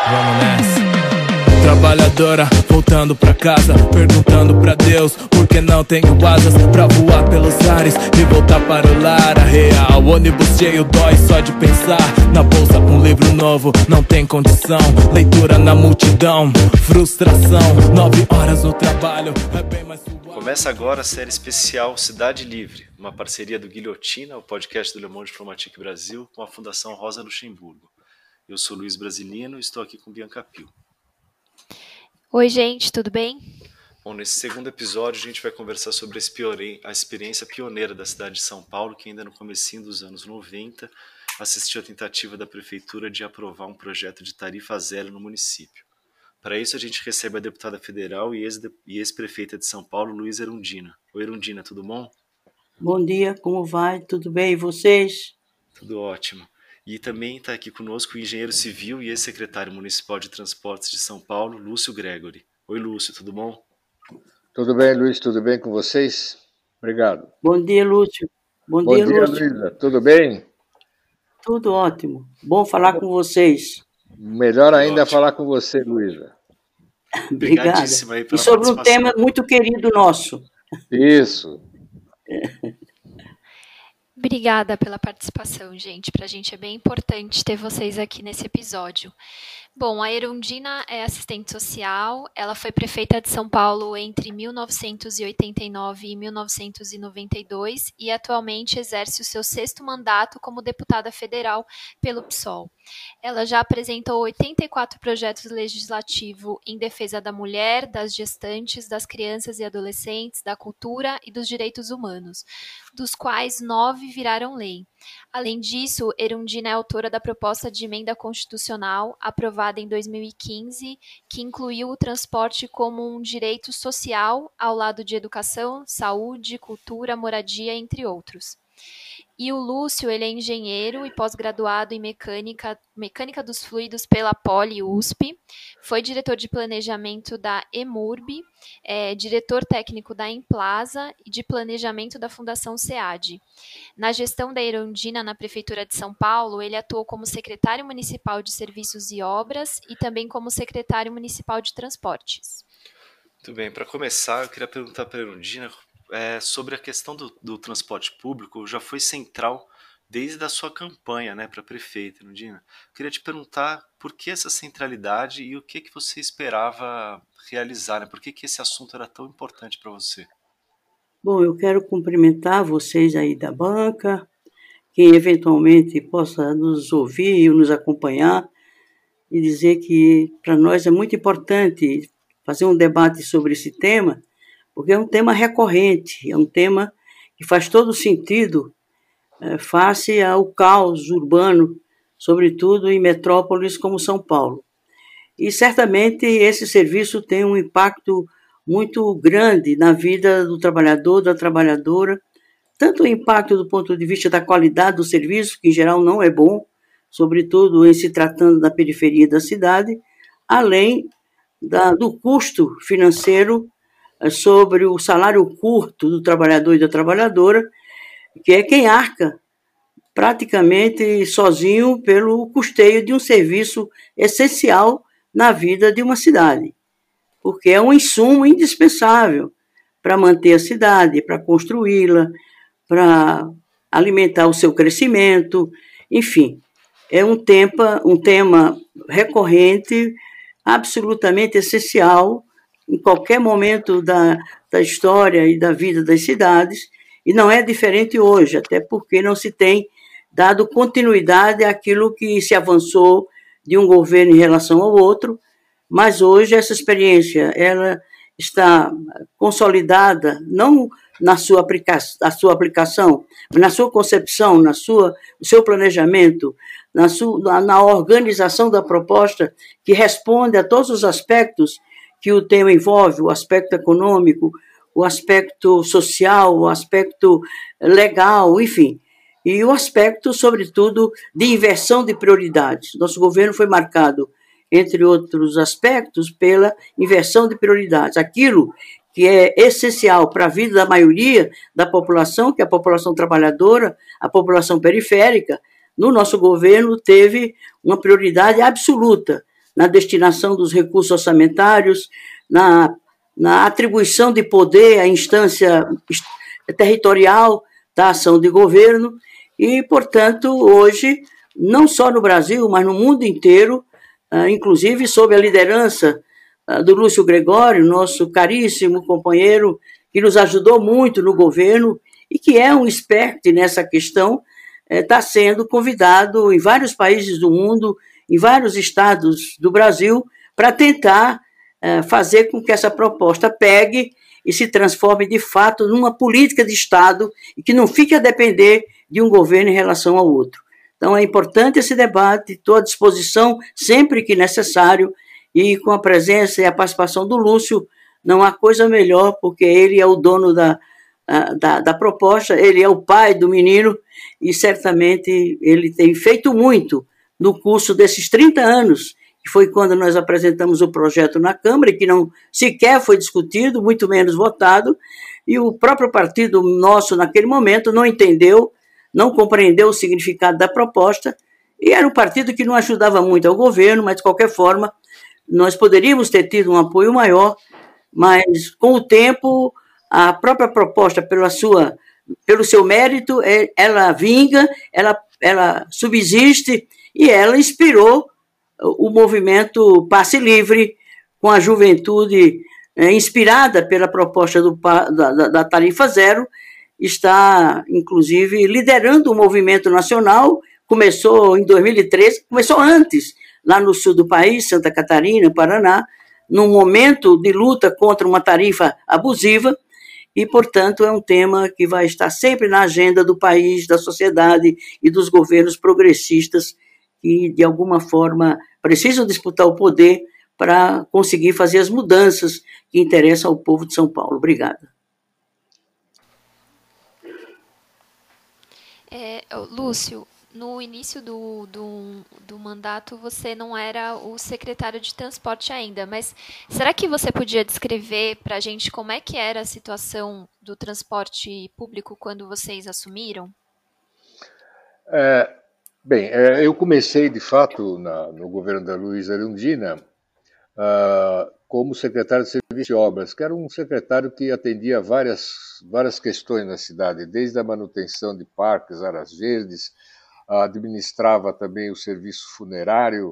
Vamos nessa. Trabalhadora voltando pra casa, perguntando pra Deus por que não tenho asas pra voar pelos ares e voltar para o lar. A real, ônibus cheio dói só de pensar. Na bolsa um livro novo, não tem condição. Leitura na multidão, frustração. 9 horas no trabalho, é bem mais suave. Começa agora a série especial Cidade Livre, uma parceria do Guilhotina, o podcast do Le Monde Diplomatique Brasil, com a Fundação Rosa Luxemburgo. Eu sou Luiz Brasilino e estou aqui com Bianca Pio. Oi, gente, tudo bem? Bom, nesse segundo episódio a gente vai conversar sobre a experiência pioneira da cidade de São Paulo, que ainda no comecinho dos anos 90 assistiu à tentativa da prefeitura de aprovar um projeto de tarifa zero no município. Para isso a gente recebe a deputada federal e ex-prefeita de São Paulo, Luísa Erundina. Oi, Erundina, tudo bom? Bom dia, como vai? Tudo bem? E vocês? Tudo ótimo. E também está aqui conosco o engenheiro civil e ex-secretário municipal de transportes de São Paulo, Lúcio Gregory. Oi, Lúcio, tudo bom? Tudo bem, Luiz, tudo bem com vocês? Obrigado. Bom dia, Lúcio. Bom dia, Lúcio. Luísa. Tudo bem? Tudo ótimo. Bom falar com vocês. Melhor ainda Ótimo. falar com você, Luísa. Obrigada. Obrigadíssimo aí E pela sobre um participação. tema muito querido nosso. Isso. Obrigada pela participação, gente. Para a gente é bem importante ter vocês aqui nesse episódio. Bom, a Erundina é assistente social, ela foi prefeita de São Paulo entre 1989 e 1992 e atualmente exerce o seu 6º mandato como deputada federal pelo PSOL. Ela já apresentou 84 projetos legislativos em defesa da mulher, das gestantes, das crianças e adolescentes, da cultura e dos direitos humanos, dos quais 9 viraram lei. Além disso, Erundina é autora da proposta de emenda constitucional aprovada em 2015, que incluiu o transporte como um direito social ao lado de educação, saúde, cultura, moradia, entre outros. E o Lúcio, ele é engenheiro e pós-graduado em mecânica dos fluidos pela Poli-USP, foi diretor de planejamento da EMURB, diretor técnico da Emplasa e de planejamento da Fundação SEAD. Na gestão da Erundina na Prefeitura de São Paulo, ele atuou como secretário municipal de Serviços e Obras e também como secretário municipal de Transportes. Muito bem, para começar, eu queria perguntar para a Erundina sobre a questão do transporte público. Já foi central desde a sua campanha, né, para prefeita, Erundina. Eu queria te perguntar por que essa centralidade e o que você esperava realizar, né? Por que esse assunto era tão importante para você? Bom, eu quero cumprimentar vocês aí da banca, quem eventualmente possa nos ouvir e nos acompanhar, e dizer que para nós é muito importante fazer um debate sobre esse tema, porque é um tema recorrente, é um tema que faz todo sentido face ao caos urbano, sobretudo em metrópoles como São Paulo. E certamente esse serviço tem um impacto muito grande na vida do trabalhador, da trabalhadora, tanto o impacto do ponto de vista da qualidade do serviço, que em geral não é bom, sobretudo em se tratando da periferia da cidade, além do custo financeiro sobre o salário curto do trabalhador e da trabalhadora, que é quem arca praticamente sozinho pelo custeio de um serviço essencial na vida de uma cidade, porque é um insumo indispensável para manter a cidade, para construí-la, para alimentar o seu crescimento, enfim, é um tema recorrente, absolutamente essencial em qualquer momento da história e da vida das cidades, e não é diferente hoje, até porque não se tem dado continuidade àquilo que se avançou de um governo em relação ao outro, mas hoje essa experiência ela está consolidada, não na sua aplicação, mas na sua concepção, no seu planejamento, na organização da proposta que responde a todos os aspectos que o tema envolve, o aspecto econômico, o aspecto social, o aspecto legal, enfim, e o aspecto, sobretudo, de inversão de prioridades. Nosso governo foi marcado, entre outros aspectos, pela inversão de prioridades. Aquilo que é essencial para a vida da maioria da população, que é a população trabalhadora, a população periférica, no nosso governo teve uma prioridade absoluta na destinação dos recursos orçamentários, na atribuição de poder à instância territorial da ação de governo e, portanto, hoje, não só no Brasil, mas no mundo inteiro, inclusive sob a liderança do Lúcio Gregório, nosso caríssimo companheiro, que nos ajudou muito no governo e que é um expert nessa questão, está sendo convidado em vários países do mundo, em vários estados do Brasil, para tentar fazer com que essa proposta pegue e se transforme de fato numa política de Estado e que não fique a depender de um governo em relação ao outro. Então é importante esse debate, estou à disposição sempre que necessário e com a presença e a participação do Lúcio, não há coisa melhor, porque ele é o dono da proposta, ele é o pai do menino e certamente ele tem feito muito no curso desses 30 anos, que foi quando nós apresentamos o projeto na Câmara, que não sequer foi discutido, muito menos votado, e o próprio partido nosso, naquele momento, não entendeu, não compreendeu o significado da proposta, e era um partido que não ajudava muito ao governo, mas, de qualquer forma, nós poderíamos ter tido um apoio maior, mas, com o tempo, a própria proposta, pelo seu mérito, ela vinga, ela subsiste, e ela inspirou o movimento Passe Livre, com a juventude inspirada pela proposta da tarifa zero, está, inclusive, liderando o movimento nacional, começou em 2013, começou antes, lá no sul do país, Santa Catarina, Paraná, num momento de luta contra uma tarifa abusiva, e, portanto, é um tema que vai estar sempre na agenda do país, da sociedade e dos governos progressistas que, de alguma forma, precisam disputar o poder para conseguir fazer as mudanças que interessam ao povo de São Paulo. Obrigada. Lúcio, no início do mandato você não era o secretário de transporte ainda, mas será que você podia descrever para a gente como é que era a situação do transporte público quando vocês assumiram? Eu comecei, de fato, no governo da Luiza Erundina como secretário de Serviço e Obras, que era um secretário que atendia várias questões na cidade, desde a manutenção de parques, áreas verdes, administrava também o serviço funerário,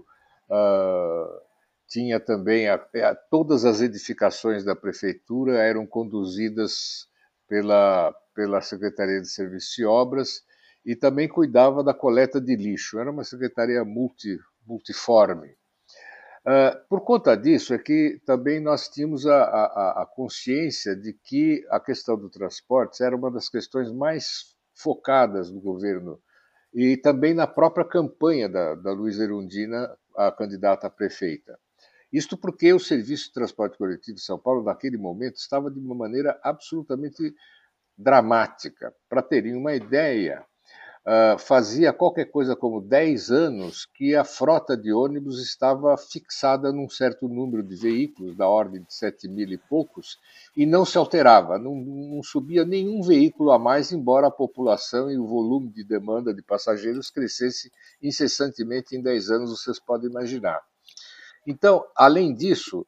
tinha também todas as edificações da prefeitura eram conduzidas pela Secretaria de Serviços e Obras e também cuidava da coleta de lixo. Era uma secretaria multiforme. Por conta disso é que também nós tínhamos a consciência de que a questão do transporte era uma das questões mais focadas no governo e também na própria campanha da Luiza Erundina, a candidata a prefeita. Isto porque o Serviço de Transporte Coletivo de São Paulo, naquele momento, estava de uma maneira absolutamente dramática. Para terem uma ideia, fazia qualquer coisa como 10 anos que a frota de ônibus estava fixada num certo número de veículos, da ordem de 7.000 e poucos, e não se alterava, não subia nenhum veículo a mais, embora a população e o volume de demanda de passageiros crescesse incessantemente em 10 anos, vocês podem imaginar. Então, além disso,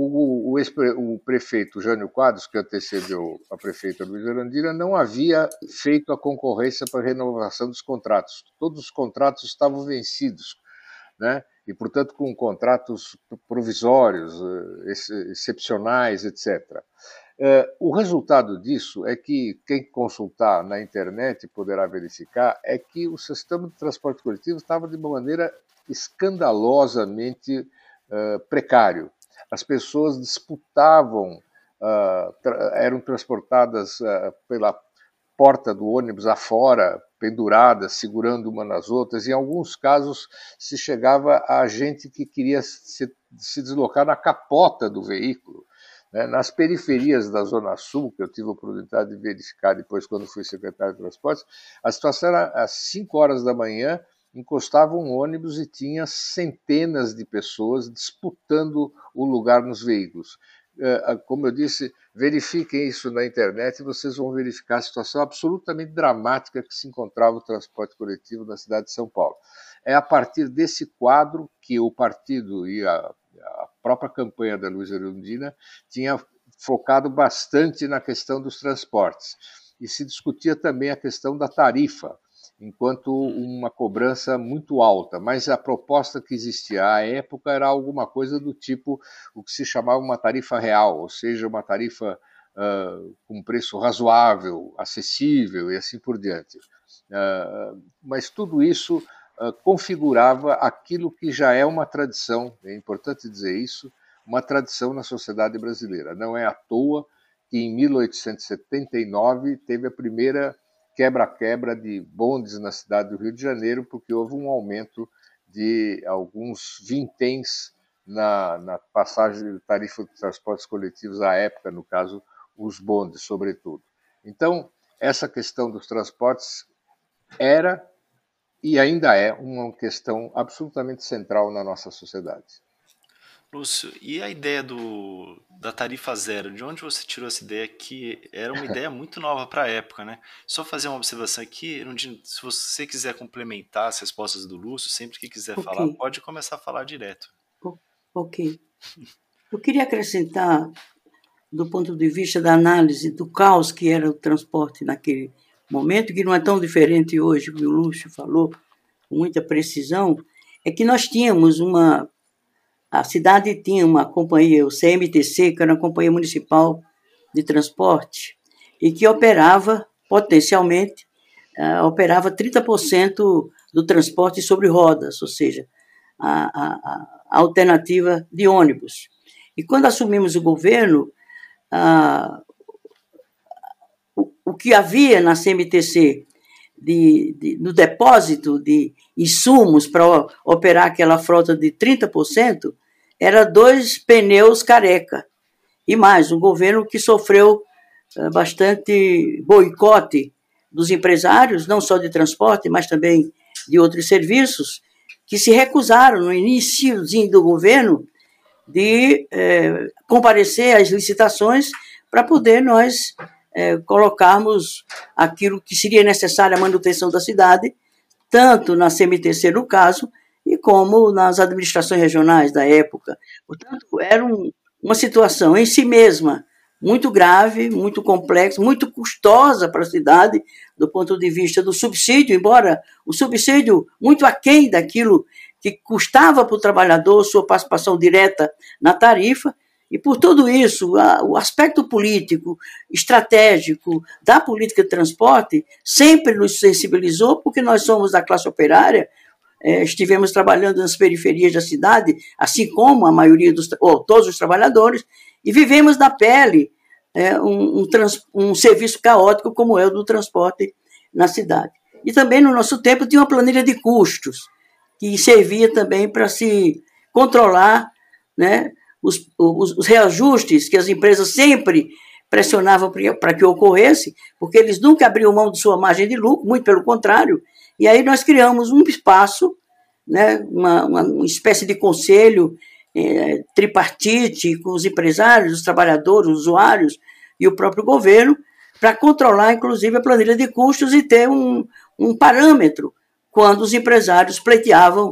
o prefeito Jânio Quadros, que antecedeu a prefeita Luiza Erundina, não havia feito a concorrência para a renovação dos contratos. Todos os contratos estavam vencidos, né? E, portanto, com contratos provisórios, excepcionais, etc. O resultado disso é que quem consultar na internet poderá verificar é que o sistema de transporte coletivo estava de uma maneira escandalosamente precário. As pessoas disputavam, eram transportadas pela porta do ônibus afora, penduradas, segurando uma nas outras. Em alguns casos, se chegava a gente que queria se deslocar na capota do veículo. Né? Nas periferias da Zona Sul, que eu tive a oportunidade de verificar depois quando fui secretário de Transportes, a situação era às 5 horas da manhã, encostava um ônibus e tinha centenas de pessoas disputando o lugar nos veículos. Como eu disse, verifiquem isso na internet e vocês vão verificar a situação absolutamente dramática que se encontrava o transporte coletivo na cidade de São Paulo. é a partir desse quadro que o partido e a própria campanha da Luiza Erundina tinha focado bastante na questão dos transportes. E se discutia também a questão da tarifa, enquanto uma cobrança muito alta, mas a proposta que existia à época era alguma coisa do tipo o que se chamava uma tarifa real, ou seja, uma tarifa com preço razoável, acessível e assim por diante. Mas tudo isso configurava aquilo que já é uma tradição, é importante dizer isso, uma tradição na sociedade brasileira. Não é à toa que em 1879 teve a primeira quebra-quebra de bondes na cidade do Rio de Janeiro, porque houve um aumento de alguns vinténs na passagem de tarifa de transportes coletivos à época, no caso, os bondes, sobretudo. Então, essa questão dos transportes era e ainda é uma questão absolutamente central na nossa sociedade. Lúcio, e a ideia da tarifa zero? De onde você tirou essa ideia que era uma ideia muito nova para a época, né? Só fazer uma observação aqui, se você quiser complementar as respostas do Lúcio, sempre que quiser falar, pode começar a falar direto. Ok. Eu queria acrescentar, do ponto de vista da análise do caos que era o transporte naquele momento, que não é tão diferente hoje, que o Lúcio falou com muita precisão, é que nós tínhamos a cidade tinha uma companhia, o CMTC, que era uma companhia municipal de transporte, e que operava, potencialmente, operava 30% do transporte sobre rodas, ou seja, a alternativa de ônibus. E quando assumimos o governo, o que havia na CMTC no depósito de insumos para operar aquela frota de 30%, era 2 pneus careca. E mais, um governo que sofreu bastante boicote dos empresários, não só de transporte, mas também de outros serviços, que se recusaram, no iniciozinho do governo, de comparecer às licitações para poder nós colocarmos aquilo que seria necessário à manutenção da cidade, tanto na CMTC, no caso, e como nas administrações regionais da época. Portanto, era uma situação em si mesma muito grave, muito complexa, muito custosa para a cidade, do ponto de vista do subsídio, embora o subsídio muito aquém daquilo que custava para o trabalhador sua participação direta na tarifa. E por tudo isso, o aspecto político, estratégico da política de transporte sempre nos sensibilizou, porque nós somos da classe operária, estivemos trabalhando nas periferias da cidade, assim como a maioria todos os trabalhadores, e vivemos na pele um serviço caótico como é o do transporte na cidade. E também, no nosso tempo, tinha uma planilha de custos, que servia também para se controlar, né, os reajustes que as empresas sempre pressionavam para que ocorresse, porque eles nunca abriam mão de sua margem de lucro, muito pelo contrário. E aí nós criamos um espaço, né, uma espécie de conselho tripartite com os empresários, os trabalhadores, os usuários e o próprio governo, para controlar, inclusive, a planilha de custos e ter um parâmetro quando os empresários pleiteavam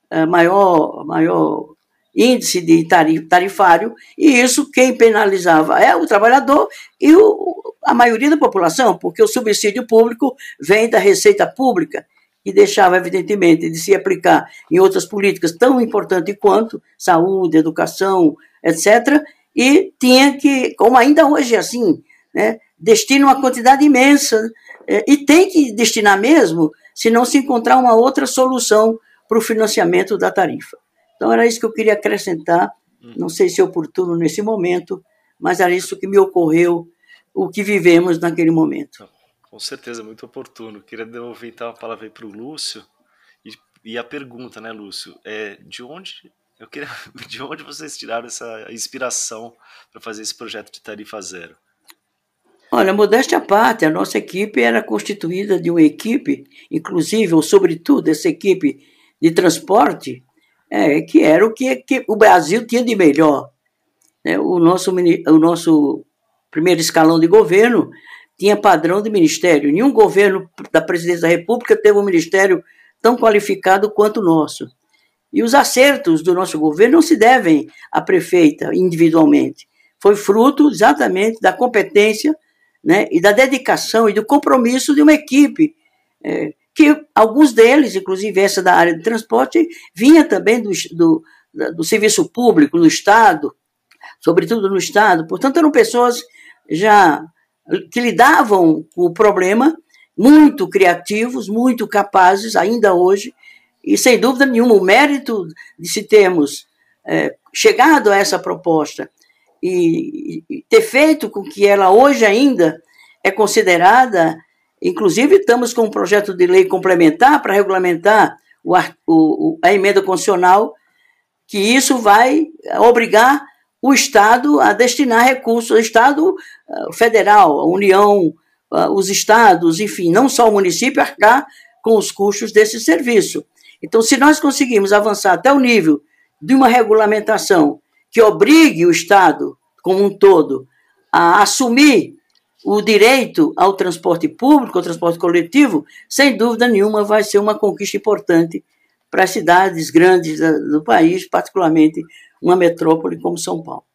maior índice de tarifário, e isso quem penalizava é o trabalhador e a maioria da população, porque o subsídio público vem da receita pública, que deixava, evidentemente, de se aplicar em outras políticas tão importantes quanto saúde, educação, etc., e tinha que, como ainda hoje é assim, né, destina uma quantidade imensa, e tem que destinar mesmo, se não se encontrar uma outra solução para o financiamento da tarifa. Então, era isso que eu queria acrescentar, não sei se é oportuno nesse momento, mas era isso que me ocorreu, o que vivemos naquele momento. Com certeza, muito oportuno. Queria devolver então a palavra para o Lúcio, e a pergunta, né, Lúcio, de onde vocês tiraram essa inspiração para fazer esse projeto de tarifa zero? Olha, modéstia à parte, a nossa equipe era constituída de uma equipe, inclusive, ou sobretudo, essa equipe de transporte, que era o que o Brasil tinha de melhor. O nosso primeiro escalão de governo tinha padrão de ministério. Nenhum governo da Presidência da República teve um ministério tão qualificado quanto o nosso. E os acertos do nosso governo não se devem à prefeita individualmente. Foi fruto exatamente da competência, né, e da dedicação e do compromisso de uma equipe, que alguns deles, inclusive essa da área de transporte, vinha também do serviço público, no Estado, sobretudo no Estado. Portanto, eram pessoas já que lidavam com o problema, muito criativos, muito capazes, ainda hoje, e sem dúvida nenhuma, o mérito de se termos chegado a essa proposta e ter feito com que ela hoje ainda é considerada, inclusive estamos com um projeto de lei complementar para regulamentar a emenda constitucional, que isso vai obrigar o Estado a destinar recursos, o Estado federal, a União, os estados, enfim, não só o município, arcar com os custos desse serviço. Então, se nós conseguirmos avançar até o nível de uma regulamentação que obrigue o Estado, como um todo, a assumir o direito ao transporte público, ao transporte coletivo, sem dúvida nenhuma vai ser uma conquista importante para as cidades grandes do país, particularmente uma metrópole como São Paulo.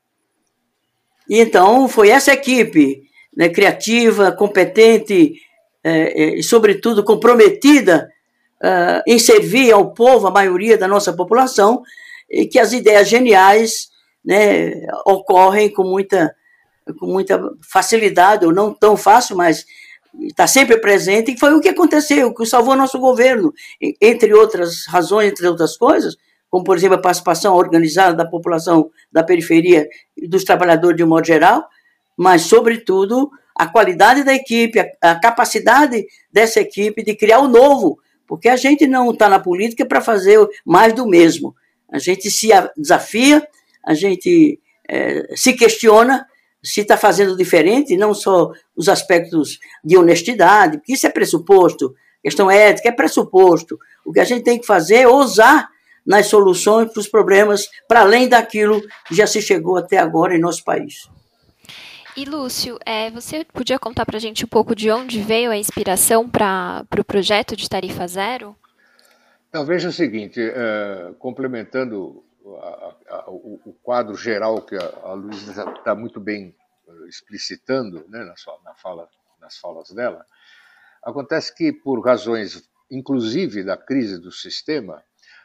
E então foi essa equipe, né, criativa, competente e, sobretudo, comprometida em servir ao povo, a maioria da nossa população, e que as ideias geniais, né, ocorrem com muita facilidade, ou não tão fácil, mas está sempre presente, e foi o que aconteceu, que salvou nosso governo, entre outras razões, entre outras coisas, como, por exemplo, a participação organizada da população da periferia e dos trabalhadores de um modo geral, mas, sobretudo, a qualidade da equipe, a capacidade dessa equipe de criar o novo, porque a gente não está na política para fazer mais do mesmo. A gente se desafia, a gente se questiona se está fazendo diferente, não só os aspectos de honestidade, porque isso é pressuposto, questão ética é pressuposto. O que a gente tem que fazer é ousar nas soluções para os problemas, para além daquilo que já se chegou até agora em nosso país. E, Lúcio, você podia contar para a gente um pouco de onde veio a inspiração para o projeto de Tarifa Zero? Então, veja o seguinte, complementando o quadro geral que a Luísa está muito bem explicitando, né, nas falas dela, acontece que, por razões, inclusive, da crise do sistema,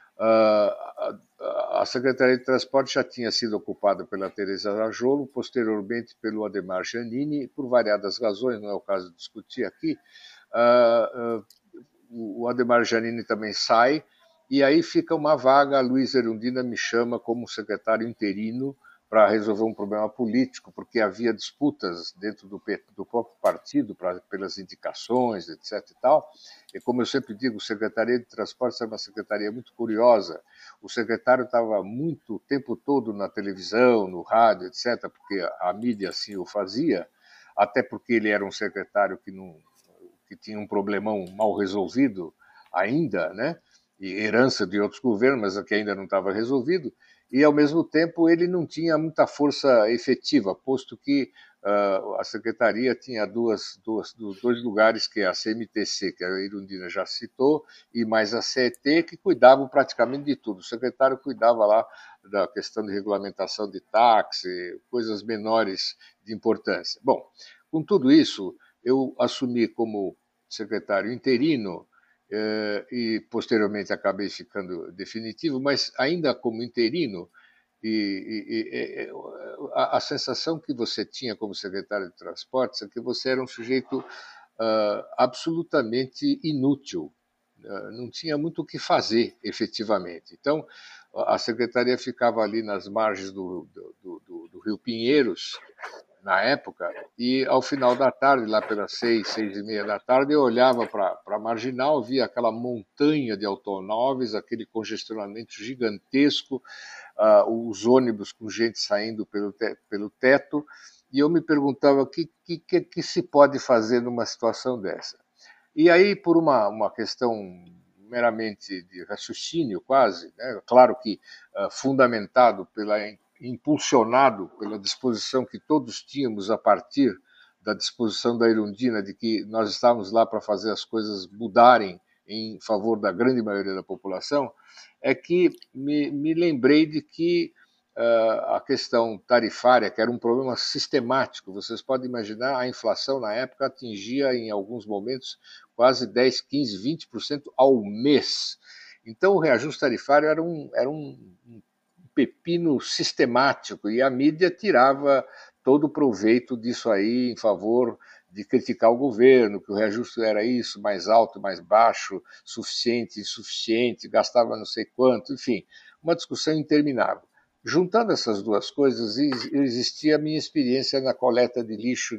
a Secretaria de Transporte já tinha sido ocupada pela Tereza Rajolo, posteriormente pelo Adhemar Giannini, por variadas razões, não é o caso de discutir aqui. O Adhemar Giannini também sai, e aí fica uma vaga, a Luísa Erundina me chama como secretário interino para resolver um problema político, porque havia disputas dentro do próprio partido pelas indicações, etc. e tal. E como eu sempre digo, a Secretaria de Transportes é uma secretaria muito curiosa. O secretário estava muito o tempo todo na televisão, no rádio, etc., porque a mídia assim o fazia, até porque ele era um secretário que tinha um problemão mal resolvido ainda, né? E herança de outros governos, mas que ainda não estava resolvido, e, ao mesmo tempo, ele não tinha muita força efetiva, posto que a Secretaria tinha dois lugares, que é a CMTC, que a Erundina já citou, e mais a CET, que cuidavam praticamente de tudo. O secretário cuidava lá da questão de regulamentação de táxi, coisas menores de importância. Bom, com tudo isso, eu assumi como secretário interino, e posteriormente acabei ficando definitivo, mas ainda como interino, a sensação que você tinha como secretário de Transportes é que você era um sujeito absolutamente inútil, não tinha muito o que fazer efetivamente. Então, a secretaria ficava ali nas margens do Rio Pinheiros, na época, e ao final da tarde, lá pelas 6h30 da tarde, eu olhava para a Marginal, via aquela montanha de automóveis, aquele congestionamento gigantesco, os ônibus com gente saindo pelo teto, e eu me perguntava o que se pode fazer numa situação dessa. E aí, por uma questão meramente de raciocínio quase, né, claro que fundamentado impulsionado pela disposição que todos tínhamos a partir da disposição da Erundina de que nós estávamos lá para fazer as coisas mudarem em favor da grande maioria da população, é que me lembrei de que a questão tarifária, que era um problema sistemático, vocês podem imaginar, a inflação na época atingia em alguns momentos quase 10, 15, 20% ao mês. Então o reajuste tarifário era um pepino sistemático e a mídia tirava todo o proveito disso aí em favor de criticar o governo, que o reajuste era isso, mais alto, mais baixo, suficiente, insuficiente, gastava não sei quanto, enfim, uma discussão interminável. Juntando essas duas coisas, existia a minha experiência na coleta de lixo,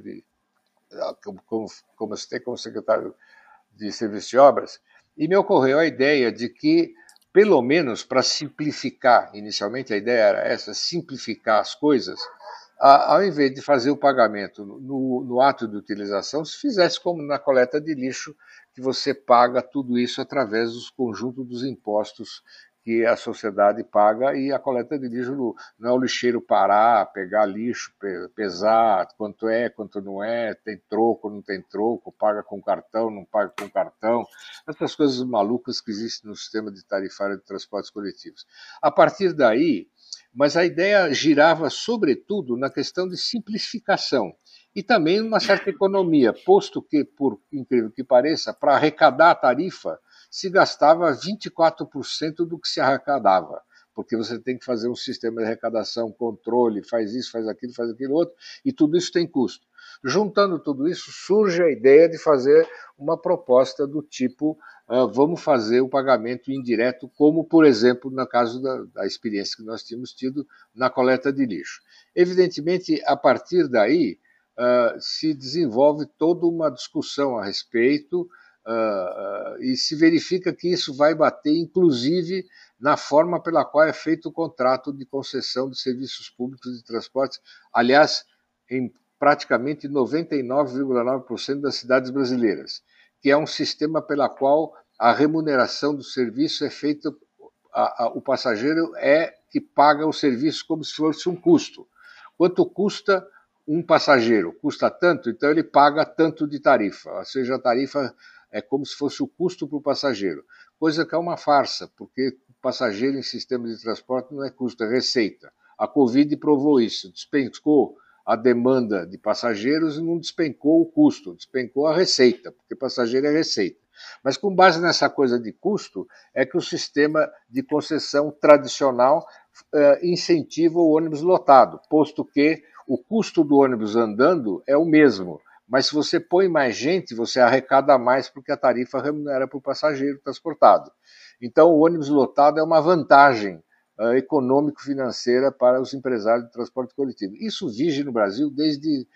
como eu citei como secretário de Serviços de Obras, e me ocorreu a ideia de que, pelo menos para simplificar, inicialmente a ideia era essa, simplificar as coisas, ao invés de fazer o pagamento no ato de utilização, se fizesse como na coleta de lixo, que você paga tudo isso através do conjunto dos impostos que a sociedade paga, e a coleta de lixo não é o lixeiro parar, pegar lixo, pesar quanto é, quanto não é, tem troco, não tem troco, paga com cartão, não paga com cartão, essas coisas malucas que existem no sistema de tarifário de transportes coletivos. A partir daí, mas a ideia girava sobretudo na questão de simplificação e também uma certa economia, posto que, por incrível que pareça, para arrecadar a tarifa se gastava 24% do que se arrecadava, porque você tem que fazer um sistema de arrecadação, controle, faz isso, faz aquilo outro, e tudo isso tem custo. Juntando tudo isso, surge a ideia de fazer uma proposta do tipo, vamos fazer o pagamento indireto, como, por exemplo, no caso da experiência que nós tínhamos tido na coleta de lixo. Evidentemente, a partir daí, se desenvolve toda uma discussão a respeito, e se verifica que isso vai bater, inclusive, na forma pela qual é feito o contrato de concessão de serviços públicos de transportes, aliás, em praticamente 99,9% das cidades brasileiras, que é um sistema pela qual a remuneração do serviço é feita, o passageiro é que paga o serviço como se fosse um custo. Quanto custa um passageiro? Custa tanto, então ele paga tanto de tarifa, ou seja, a tarifa é como se fosse o custo para o passageiro, coisa que é uma farsa, porque o passageiro em sistema de transporte não é custo, é receita. A Covid provou isso, despencou a demanda de passageiros e não despencou o custo, despencou a receita, porque passageiro é receita. Mas com base nessa coisa de custo, é que o sistema de concessão tradicional incentiva o ônibus lotado, posto que o custo do ônibus andando é o mesmo. Mas se você põe mais gente, você arrecada mais porque a tarifa remunera para o passageiro transportado. Então, o ônibus lotado é uma vantagem econômico-financeira para os empresários de transporte coletivo. Isso vige no Brasil desde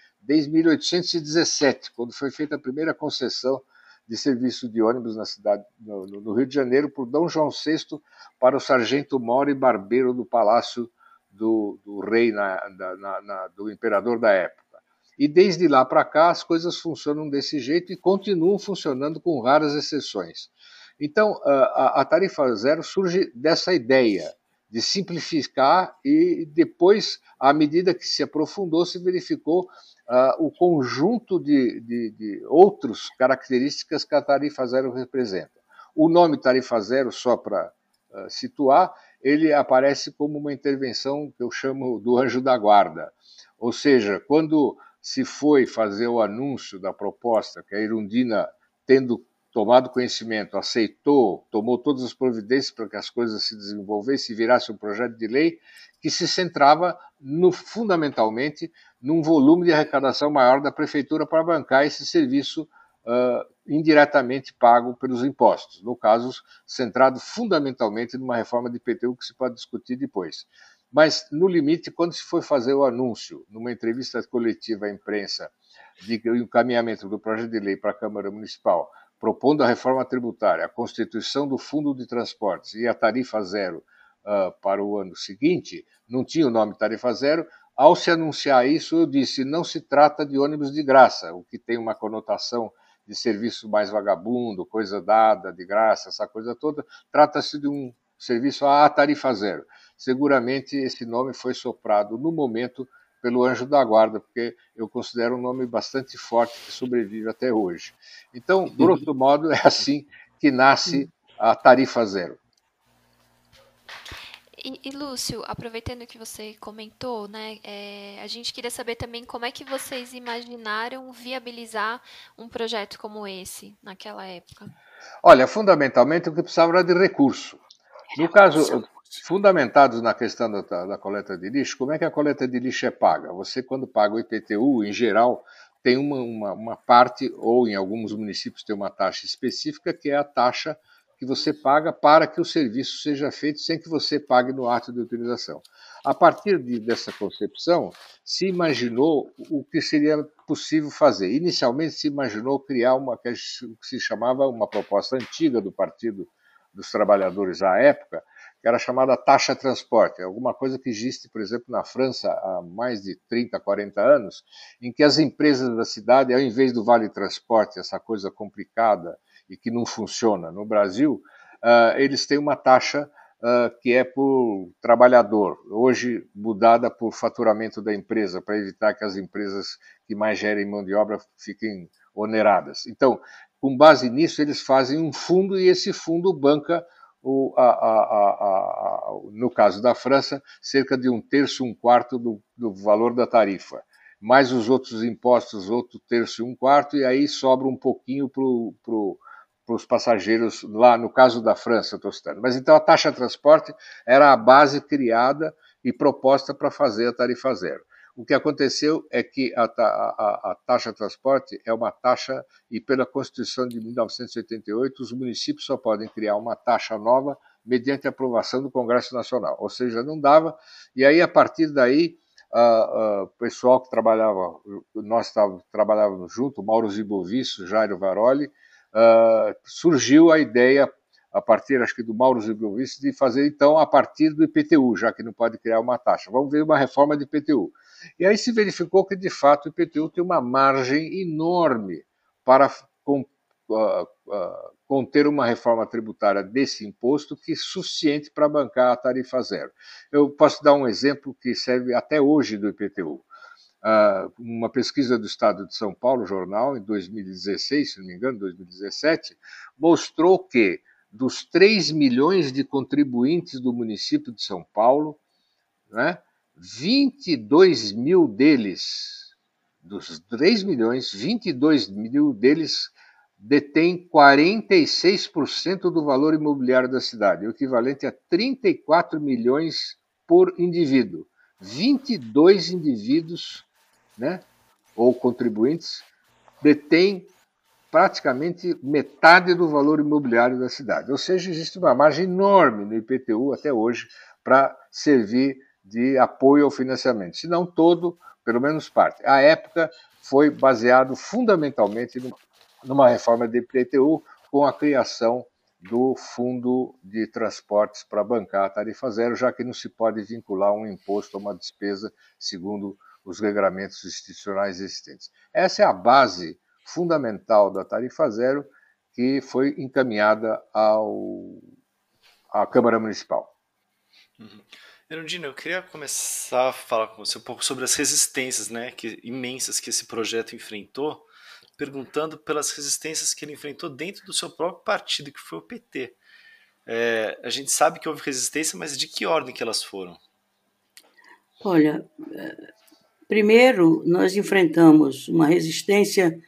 1817, quando foi feita a primeira concessão de serviço de ônibus na cidade, no Rio de Janeiro, por D. João VI para o sargento moro e barbeiro do palácio do rei, do imperador da época. E desde lá para cá as coisas funcionam desse jeito e continuam funcionando com raras exceções. Então, a tarifa zero surge dessa ideia de simplificar e depois, à medida que se aprofundou, se verificou o conjunto de outras características que a tarifa zero representa. O nome tarifa zero, só para situar, ele aparece como uma intervenção que eu chamo do anjo da guarda. Ou seja, quando se foi fazer o anúncio da proposta, que a Erundina, tendo tomado conhecimento, aceitou, tomou todas as providências para que as coisas se desenvolvessem e virasse um projeto de lei que se centrava fundamentalmente num volume de arrecadação maior da prefeitura para bancar esse serviço indiretamente pago pelos impostos, no caso, centrado fundamentalmente numa reforma de IPTU que se pode discutir depois. Mas, no limite, quando se foi fazer o anúncio, numa entrevista coletiva à imprensa, de encaminhamento do projeto de lei para a Câmara Municipal, propondo a reforma tributária, a constituição do Fundo de Transportes e a tarifa zero para o ano seguinte, não tinha o nome tarifa zero. Ao se anunciar isso, eu disse, não se trata de ônibus de graça, o que tem uma conotação de serviço mais vagabundo, coisa dada, de graça, essa coisa toda, trata-se de um serviço à tarifa zero. Seguramente esse nome foi soprado no momento pelo anjo da guarda, porque eu considero um nome bastante forte que sobrevive até hoje. Então, grosso modo, é assim que nasce a tarifa zero. E Lúcio, aproveitando que você comentou, né, a gente queria saber também como é que vocês imaginaram viabilizar um projeto como esse naquela época. Olha, fundamentalmente o que precisava era de recurso. No caso, fundamentados na questão da coleta de lixo, como é que a coleta de lixo é paga? Você, quando paga o IPTU, em geral, tem uma parte, ou em alguns municípios tem uma taxa específica, que é a taxa que você paga para que o serviço seja feito sem que você pague no ato de utilização. A partir dessa concepção, se imaginou o que seria possível fazer. Inicialmente se imaginou criar o que se chamava, uma proposta antiga do Partido dos Trabalhadores à época, que era chamada taxa transporte, alguma coisa que existe, por exemplo, na França há mais de 30, 40 anos, em que as empresas da cidade, ao invés do vale transporte, essa coisa complicada e que não funciona no Brasil, eles têm uma taxa que é por trabalhador, hoje mudada por faturamento da empresa, para evitar que as empresas que mais gerem mão de obra fiquem oneradas. Então, com base nisso, eles fazem um fundo e esse fundo banca, no caso da França, cerca de 1/3, 1/4 do valor da tarifa. Mais os outros impostos, outro terço e 1/4, e aí sobra um pouquinho para os passageiros, lá no caso da França, eu estou citando. Mas então a taxa de transporte era a base criada e proposta para fazer a tarifa zero. O que aconteceu é que a taxa de transporte é uma taxa, e pela Constituição de 1988, os municípios só podem criar uma taxa nova mediante aprovação do Congresso Nacional. Ou seja, não dava, e aí a partir daí, o pessoal que trabalhava, nós trabalhávamos junto, Mauro Zibovisso, Jairo Varoli, surgiu a ideia, a partir, acho que do Mauro Zibovisso, de fazer então a partir do IPTU, já que não pode criar uma taxa. Vamos ver uma reforma de IPTU. E aí se verificou que, de fato, o IPTU tem uma margem enorme para conter uma reforma tributária desse imposto que é suficiente para bancar a tarifa zero. Eu posso dar um exemplo que serve até hoje do IPTU. Uma pesquisa do Estado de São Paulo, jornal, em 2016, se não me engano, 2017, mostrou que dos 3 milhões de contribuintes do município de São Paulo, né, 22 mil deles, dos 3 milhões, 22 mil deles detêm 46% do valor imobiliário da cidade, o equivalente a 34 milhões por indivíduo. 22 indivíduos, né, ou contribuintes, detêm praticamente metade do valor imobiliário da cidade. Ou seja, existe uma margem enorme no IPTU até hoje para servir de apoio ao financiamento, se não todo, pelo menos parte. À época, foi baseado fundamentalmente numa reforma de IPTU com a criação do Fundo de Transportes para bancar a tarifa zero, já que não se pode vincular um imposto a uma despesa segundo os regramentos institucionais existentes. Essa é a base fundamental da tarifa zero que foi encaminhada à Câmara Municipal. Erundina, eu queria começar a falar com você um pouco sobre as resistências, né, imensas que esse projeto enfrentou, perguntando pelas resistências que ele enfrentou dentro do seu próprio partido, que foi o PT. A gente sabe que houve resistência, mas de que ordem que elas foram? Olha, primeiro nós enfrentamos uma resistência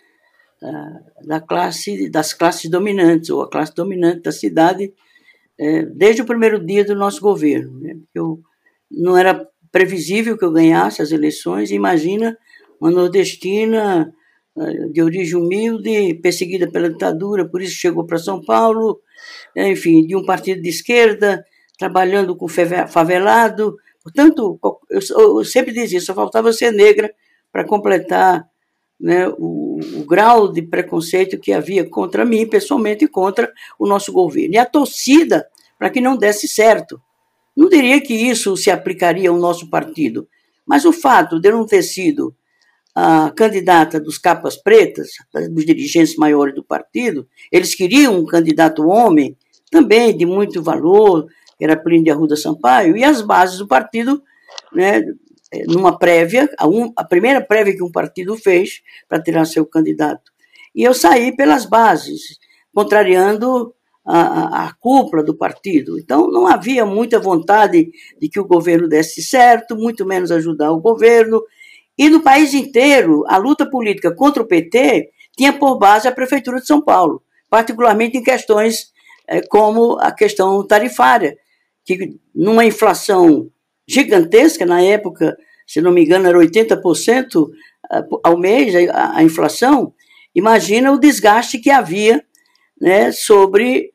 das classes dominantes, ou a classe dominante da cidade, desde o primeiro dia do nosso governo. Né? Não era previsível que eu ganhasse as eleições. Imagina uma nordestina de origem humilde, perseguida pela ditadura, por isso chegou para São Paulo, enfim, de um partido de esquerda, trabalhando com favelado. Portanto, eu sempre dizia, só faltava ser negra para completar, né, o grau de preconceito que havia contra mim, pessoalmente, e contra o nosso governo. E a torcida para que não desse certo. Não diria que isso se aplicaria ao nosso partido, mas o fato de eu não ter sido a candidata dos capas pretas, dos dirigentes maiores do partido, eles queriam um candidato homem, também de muito valor, que era Plínio de Arruda Sampaio, e as bases do partido, né, numa prévia, a primeira prévia que um partido fez para tirar seu candidato. E eu saí pelas bases, contrariando a cúpula do partido. Então, não havia muita vontade de que o governo desse certo, muito menos ajudar o governo. E no país inteiro, a luta política contra o PT tinha por base a Prefeitura de São Paulo, particularmente em questões como a questão tarifária, que numa inflação gigantesca, na época, se não me engano, era 80% ao mês a inflação. Imagina o desgaste que havia, né, sobre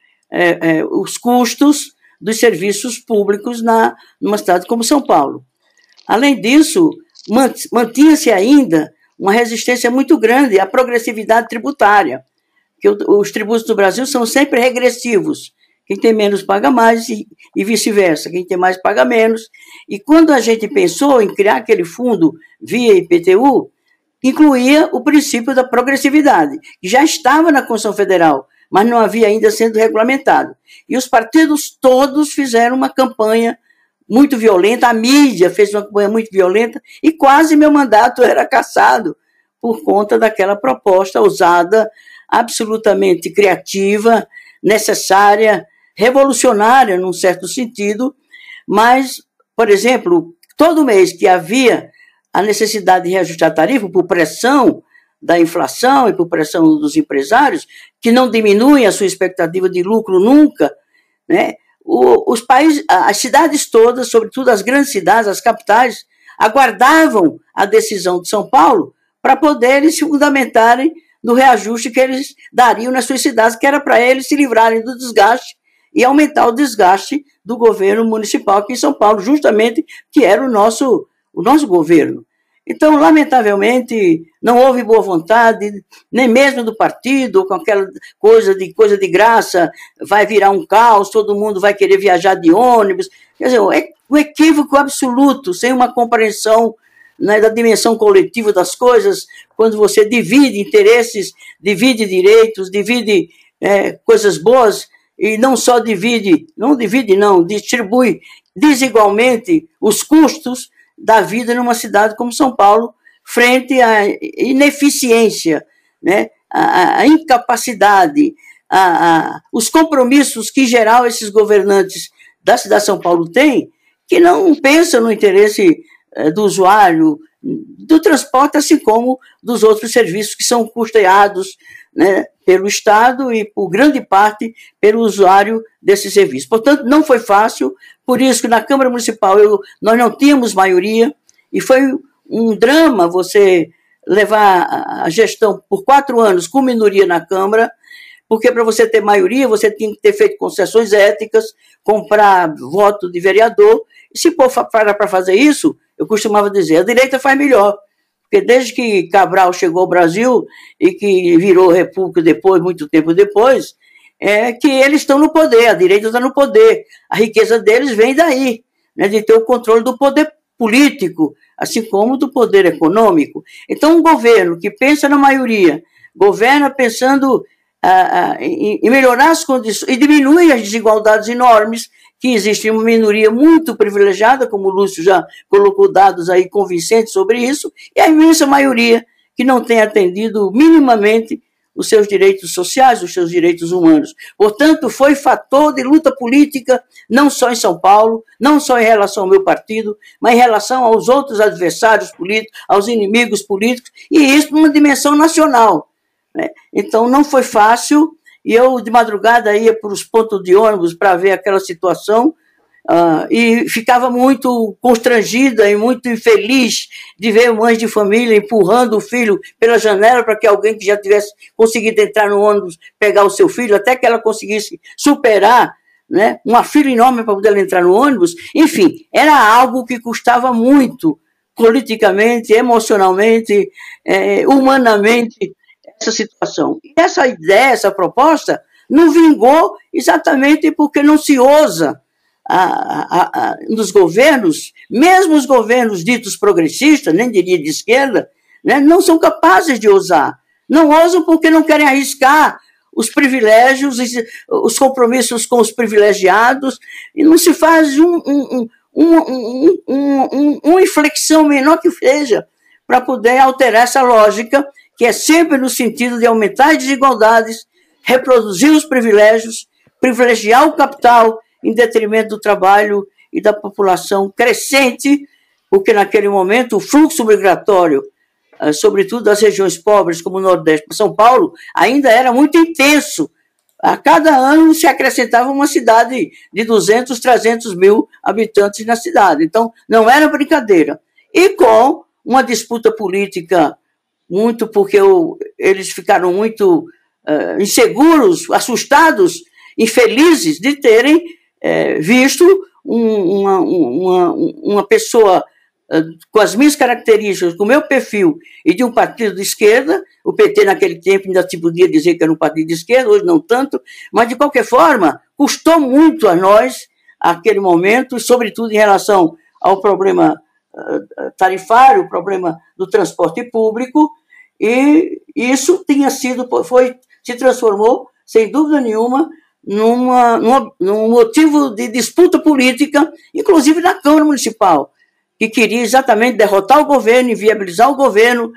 os custos dos serviços públicos numa cidade como São Paulo. Além disso, mantinha-se ainda uma resistência muito grande à progressividade tributária, que os tributos do Brasil são sempre regressivos. Quem tem menos paga mais e vice-versa, quem tem mais paga menos. E quando a gente pensou em criar aquele fundo via IPTU, incluía o princípio da progressividade, que já estava na Constituição Federal, mas não havia ainda sendo regulamentado. E os partidos todos fizeram uma campanha muito violenta, a mídia fez uma campanha muito violenta, e quase meu mandato era cassado por conta daquela proposta ousada, absolutamente criativa, necessária, revolucionária, num certo sentido, mas, por exemplo, todo mês que havia a necessidade de reajustar a tarifa por pressão da inflação e por pressão dos empresários, que não diminuem a sua expectativa de lucro nunca, né? Os países, as cidades todas, sobretudo as grandes cidades, as capitais, aguardavam a decisão de São Paulo para poderem se fundamentarem no reajuste que eles dariam nas suas cidades, que era para eles se livrarem do desgaste e aumentar o desgaste do governo municipal aqui em São Paulo, justamente que era o nosso governo. Então, lamentavelmente, não houve boa vontade, nem mesmo do partido, com aquela coisa de graça, vai virar um caos, todo mundo vai querer viajar de ônibus. Quer dizer, é um equívoco absoluto, sem uma compreensão, né, da dimensão coletiva das coisas, quando você divide interesses, divide direitos, divide coisas boas, e não só distribui desigualmente os custos da vida numa cidade como São Paulo, frente à ineficiência, né, à incapacidade, os compromissos que, em geral, esses governantes da cidade de São Paulo têm, que não pensam no interesse do usuário, do transporte, assim como dos outros serviços que são custeados, né, pelo Estado e, por grande parte, pelo usuário desse serviço. Portanto, não foi fácil, por isso que na Câmara Municipal nós não tínhamos maioria, e foi um drama você levar a gestão por 4 anos com minoria na Câmara, porque para você ter maioria, você tinha que ter feito concessões éticas, comprar voto de vereador, e se for para fazer isso, eu costumava dizer, a direita faz melhor, porque desde que Cabral chegou ao Brasil e que virou república depois, muito tempo depois, que eles estão no poder, a direita está no poder. A riqueza deles vem daí, né, de ter o controle do poder político, assim como do poder econômico. Então, um governo que pensa na maioria, governa pensando em melhorar as condições e diminuir as desigualdades enormes que existe uma minoria muito privilegiada, como o Lúcio já colocou dados aí convincentes sobre isso, e a imensa maioria que não tem atendido minimamente os seus direitos sociais, os seus direitos humanos. Portanto, foi fator de luta política, não só em São Paulo, não só em relação ao meu partido, mas em relação aos outros adversários políticos, aos inimigos políticos, e isso numa dimensão nacional, né? Então, não foi fácil, e eu, de madrugada, ia para os pontos de ônibus para ver aquela situação, e ficava muito constrangida e muito infeliz de ver mães de família empurrando o filho pela janela para que alguém que já tivesse conseguido entrar no ônibus pegar o seu filho, até que ela conseguisse superar, né, uma fila enorme para poder entrar no ônibus. Enfim, era algo que custava muito politicamente, emocionalmente, humanamente, essa situação. E essa ideia, essa proposta, não vingou exatamente porque não se ousa nos governos, mesmo os governos ditos progressistas, nem diria de esquerda, né, não são capazes de ousar. Não ousam porque não querem arriscar os privilégios, os compromissos com os privilegiados, e não se faz uma inflexão menor que seja para poder alterar essa lógica, que é sempre no sentido de aumentar as desigualdades, reproduzir os privilégios, privilegiar o capital em detrimento do trabalho e da população crescente, porque naquele momento o fluxo migratório, sobretudo das regiões pobres, como o Nordeste, São Paulo, ainda era muito intenso. A cada ano se acrescentava uma cidade de 200, 300 mil habitantes na cidade. Então, não era brincadeira. E com uma disputa política, muito porque eles ficaram muito inseguros, assustados, infelizes de terem visto uma pessoa com as minhas características, com o meu perfil e de um partido de esquerda. O PT naquele tempo ainda se podia dizer que era um partido de esquerda, hoje não tanto, mas de qualquer forma custou muito a nós aquele momento, sobretudo em relação ao problema tarifário, o problema do transporte público, e isso se transformou, sem dúvida nenhuma, num motivo de disputa política, inclusive na Câmara Municipal, que queria exatamente derrotar o governo, inviabilizar o governo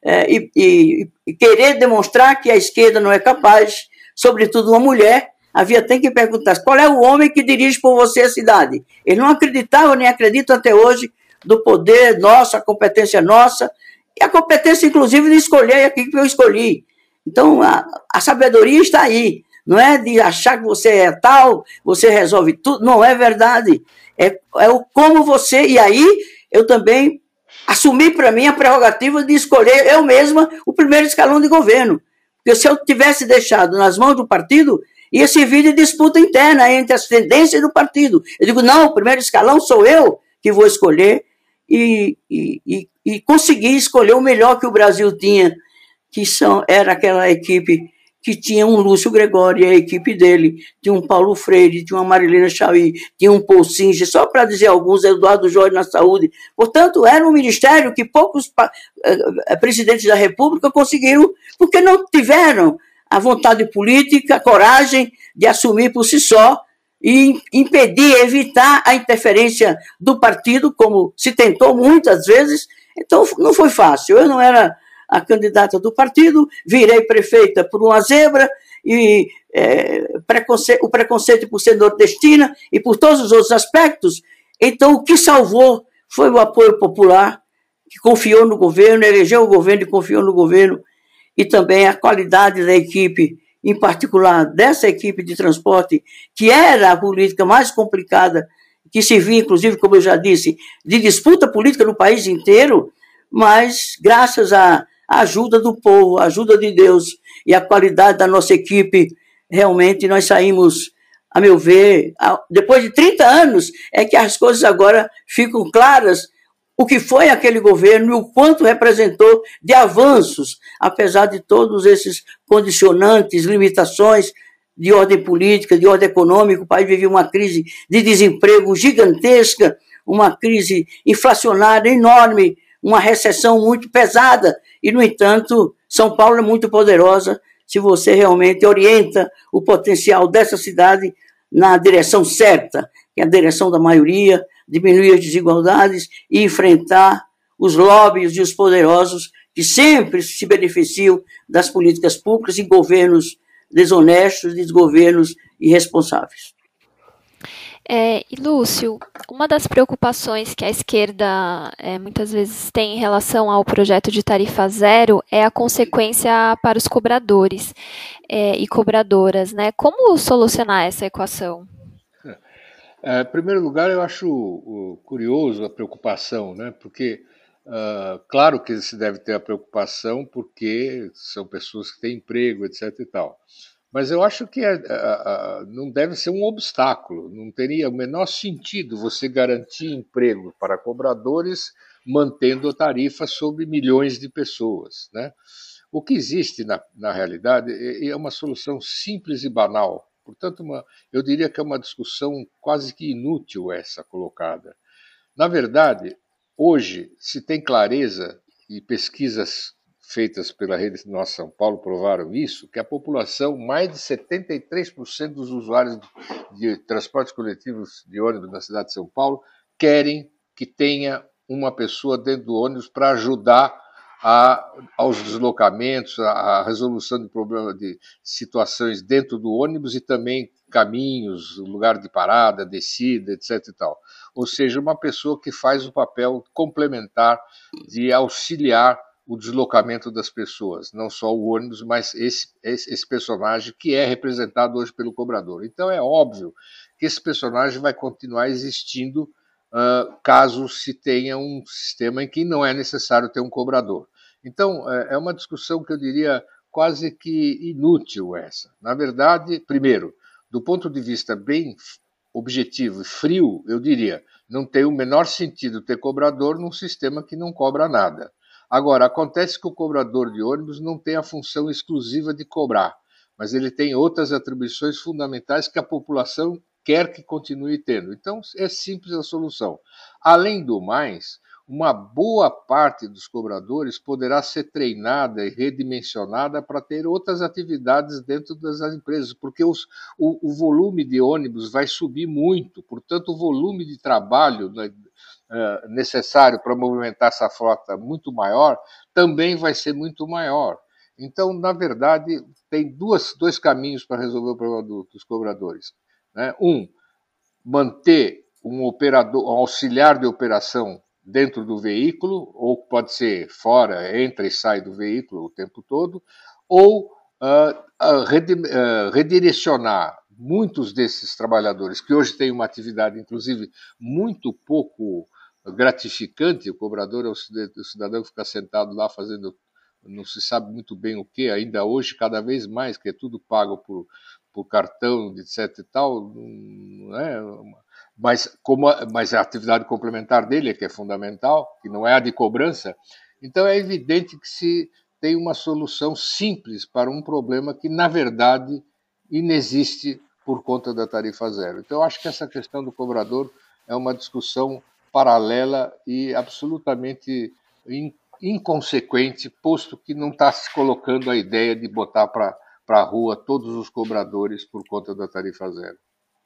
e querer demonstrar que a esquerda não é capaz, sobretudo uma mulher. Havia até que perguntar qual é o homem que dirige por você a cidade. Eles não acreditavam, nem acreditam até hoje, do poder nosso, a competência nossa, e a competência, inclusive, de escolher aquilo que eu escolhi. Então, a sabedoria está aí. Não é de achar que você é tal, você resolve tudo. Não é verdade. É o como você... E aí, eu também assumi para mim a prerrogativa de escolher eu mesma o primeiro escalão de governo. Porque se eu tivesse deixado nas mãos do partido, ia servir de disputa interna entre as tendências do partido. Eu digo, não, o primeiro escalão sou eu que vou escolher, e consegui escolher o melhor que o Brasil tinha, era aquela equipe que tinha um Lúcio Gregório, a equipe dele, tinha um Paulo Freire, tinha uma Marilena Chauí, tinha um Paul Singer, só para dizer alguns, Eduardo Jorge na saúde. Portanto, era um ministério que poucos presidentes da República conseguiram, porque não tiveram a vontade política, a coragem de assumir por si só e impedir, evitar a interferência do partido, como se tentou muitas vezes. Então, não foi fácil. Eu não era a candidata do partido, virei prefeita por uma zebra, e o preconceito por ser nordestina e por todos os outros aspectos. Então, o que salvou foi o apoio popular, que confiou no governo, elegeu o governo e confiou no governo, e também a qualidade da equipe, em particular dessa equipe de transporte, que era a política mais complicada, que se via, inclusive, como eu já disse, de disputa política no país inteiro, mas graças à ajuda do povo, a ajuda de Deus e a qualidade da nossa equipe, realmente nós saímos, a meu ver, depois de 30 anos, é que as coisas agora ficam claras, o que foi aquele governo e o quanto representou de avanços, apesar de todos esses condicionantes, limitações de ordem política, de ordem econômica. O país vivia uma crise de desemprego gigantesca, uma crise inflacionária enorme, uma recessão muito pesada, e, no entanto, São Paulo é muito poderosa se você realmente orienta o potencial dessa cidade na direção certa, que é a direção da maioria, diminuir as desigualdades e enfrentar os lobbies e os poderosos que sempre se beneficiam das políticas públicas em governos desonestos, desgovernos irresponsáveis. E Lúcio, uma das preocupações que a esquerda muitas vezes tem em relação ao projeto de tarifa zero é a consequência para os cobradores e cobradoras, né? Como solucionar essa equação? Em primeiro lugar, eu acho curioso a preocupação, né? Porque, claro que se deve ter a preocupação porque são pessoas que têm emprego, etc. e tal. Mas eu acho que não deve ser um obstáculo, não teria o menor sentido você garantir emprego para cobradores mantendo a tarifa sobre milhões de pessoas, né? O que existe na realidade é uma solução simples e banal. Portanto, eu diria que é uma discussão quase que inútil essa colocada. Na verdade, hoje se tem clareza, e pesquisas feitas pela Rede Nossa São Paulo provaram isso, que a população, mais de 73% dos usuários de transportes coletivos de ônibus na cidade de São Paulo querem que tenha uma pessoa dentro do ônibus para ajudar aos deslocamentos, à resolução de problemas, de situações dentro do ônibus e também caminhos, lugar de parada, descida, etc. e tal. Ou seja, uma pessoa que faz o papel complementar de auxiliar o deslocamento das pessoas, não só o ônibus, mas esse personagem que é representado hoje pelo cobrador. Então é óbvio que esse personagem vai continuar existindo caso se tenha um sistema em que não é necessário ter um cobrador. Então é uma discussão que eu diria quase que inútil essa. Na verdade, primeiro, do ponto de vista bem objetivo e frio, eu diria, não tem o menor sentido ter cobrador num sistema que não cobra nada. Agora, acontece que o cobrador de ônibus não tem a função exclusiva de cobrar, mas ele tem outras atribuições fundamentais que a população quer que continue tendo. Então, é simples a solução. Além do mais, uma boa parte dos cobradores poderá ser treinada e redimensionada para ter outras atividades dentro das empresas, porque o volume de ônibus vai subir muito, portanto, o volume de trabalho necessário para movimentar essa frota muito maior também vai ser muito maior. Então, na verdade, tem dois caminhos para resolver o problema dos cobradores. Né? Manter um auxiliar de operação dentro do veículo, ou pode ser fora, entra e sai do veículo o tempo todo, ou redirecionar muitos desses trabalhadores que hoje têm uma atividade, inclusive, muito pouco gratificante. O cobrador é o cidadão que fica sentado lá fazendo não se sabe muito bem o que, ainda hoje, cada vez mais, que é tudo pago por cartão, etc. e tal, não é? Mas a atividade complementar dele é que é fundamental, que não é a de cobrança. Então é evidente que se tem uma solução simples para um problema que, na verdade, inexiste por conta da tarifa zero. Então eu acho que essa questão do cobrador é uma discussão paralela e absolutamente inconsequente, posto que não está se colocando a ideia de botar para a rua todos os cobradores por conta da tarifa zero.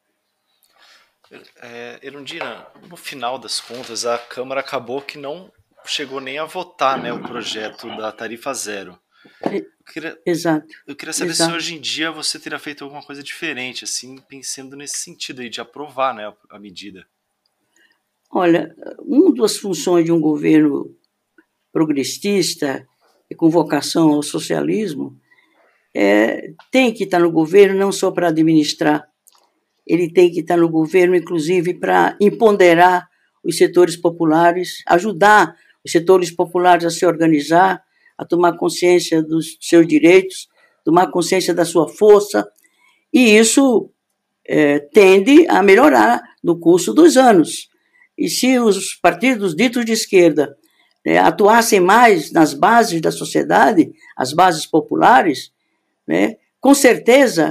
Erundina, no final das contas, a Câmara acabou que não chegou nem a votar, né, o projeto da tarifa zero. Exato. Eu queria saber se hoje em dia você teria feito alguma coisa diferente, assim, pensando nesse sentido aí de aprovar, né, a medida. Olha, uma das funções de um governo progressista e com vocação ao socialismo tem que estar no governo não só para administrar, ele tem que estar no governo, inclusive, para empoderar os setores populares, ajudar os setores populares a se organizar, a tomar consciência dos seus direitos, tomar consciência da sua força, e isso tende a melhorar no curso dos anos. E se os partidos ditos de esquerda atuassem mais nas bases da sociedade, as bases populares, né, com certeza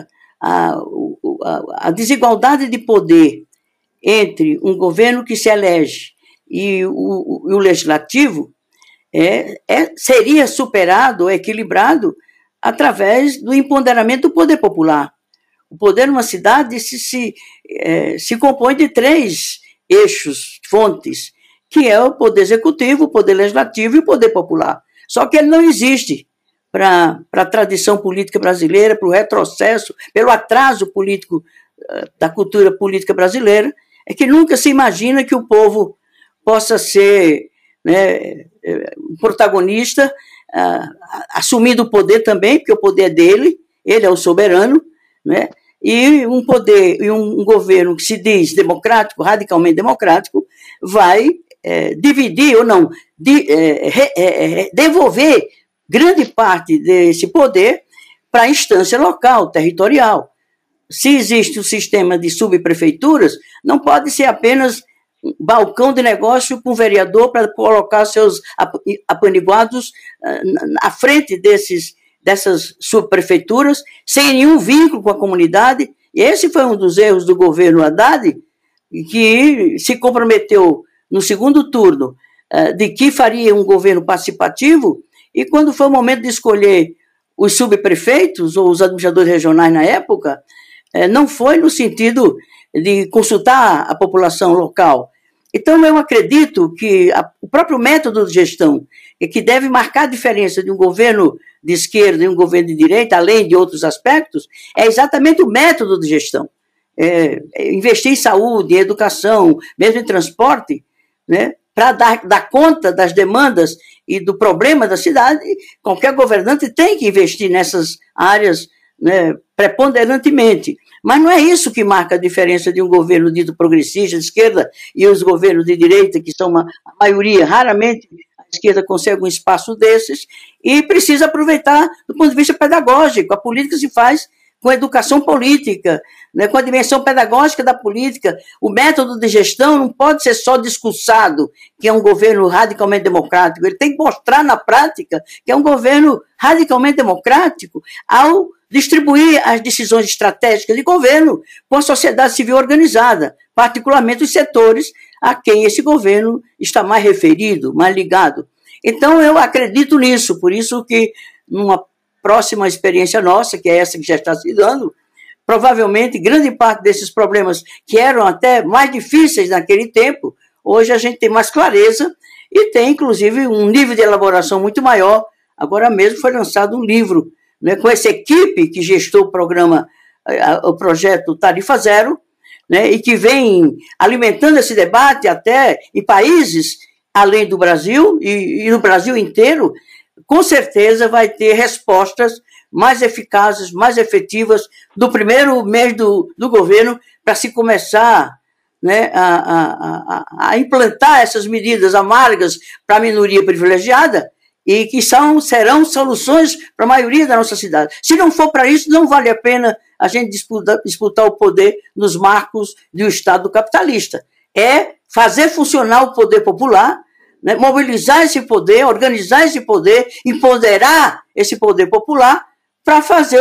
a desigualdade de poder entre um governo que se elege e o legislativo seria superado, equilibrado, através do empoderamento do poder popular. O poder numa cidade se compõe de 3 eixos, fontes, que é o poder executivo, o poder legislativo e o poder popular. Só que ele não existe para a tradição política brasileira, para o retrocesso, pelo atraso político da cultura política brasileira, é que nunca se imagina que o povo possa ser, né, um protagonista, assumindo o poder também, porque o poder é dele, ele é o soberano, né? E um poder e um governo que se diz democrático, radicalmente democrático, vai dividir ou não, devolver grande parte desse poder para a instância local, territorial. Se existe um sistema de subprefeituras, não pode ser apenas um balcão de negócio com vereador para colocar seus apaniguados à frente dessas subprefeituras, sem nenhum vínculo com a comunidade. E esse foi um dos erros do governo Haddad, que se comprometeu no segundo turno de que faria um governo participativo, e quando foi o momento de escolher os subprefeitos ou os administradores regionais na época, não foi no sentido de consultar a população local, Então, eu acredito que o próprio método de gestão, que deve marcar a diferença de um governo de esquerda e um governo de direita, além de outros aspectos, é exatamente o método de gestão. Investir em saúde, em educação, mesmo em transporte, né, para dar conta das demandas e do problema da cidade, qualquer governante tem que investir nessas áreas, né, preponderantemente. Mas não é isso que marca a diferença de um governo dito progressista, de esquerda, e os governos de direita, que são a maioria, raramente a esquerda consegue um espaço desses, e precisa aproveitar do ponto de vista pedagógico. A política se faz com a educação política, né, com a dimensão pedagógica da política. O método de gestão não pode ser só discursado, que é um governo radicalmente democrático. Ele tem que mostrar na prática que é um governo radicalmente democrático ao distribuir as decisões estratégicas de governo com a sociedade civil organizada, particularmente os setores a quem esse governo está mais referido, mais ligado. Então, eu acredito nisso, por isso que numa próxima experiência nossa, que é essa que já está se dando, provavelmente grande parte desses problemas que eram até mais difíceis naquele tempo, hoje a gente tem mais clareza e tem, inclusive, um nível de elaboração muito maior. Agora mesmo foi lançado um livro, né, com essa equipe que gestou o programa, o projeto Tarifa Zero, né, e que vem alimentando esse debate até em países além do Brasil e no Brasil inteiro. Com certeza vai ter respostas mais eficazes, mais efetivas do primeiro mês do governo para se começar, né, a implantar essas medidas amargas para a minoria privilegiada e que serão soluções para a maioria da nossa cidade. Se não for para isso, não vale a pena a gente disputar o poder nos marcos do Estado capitalista. É fazer funcionar o poder popular, né, mobilizar esse poder, organizar esse poder, empoderar esse poder popular para fazer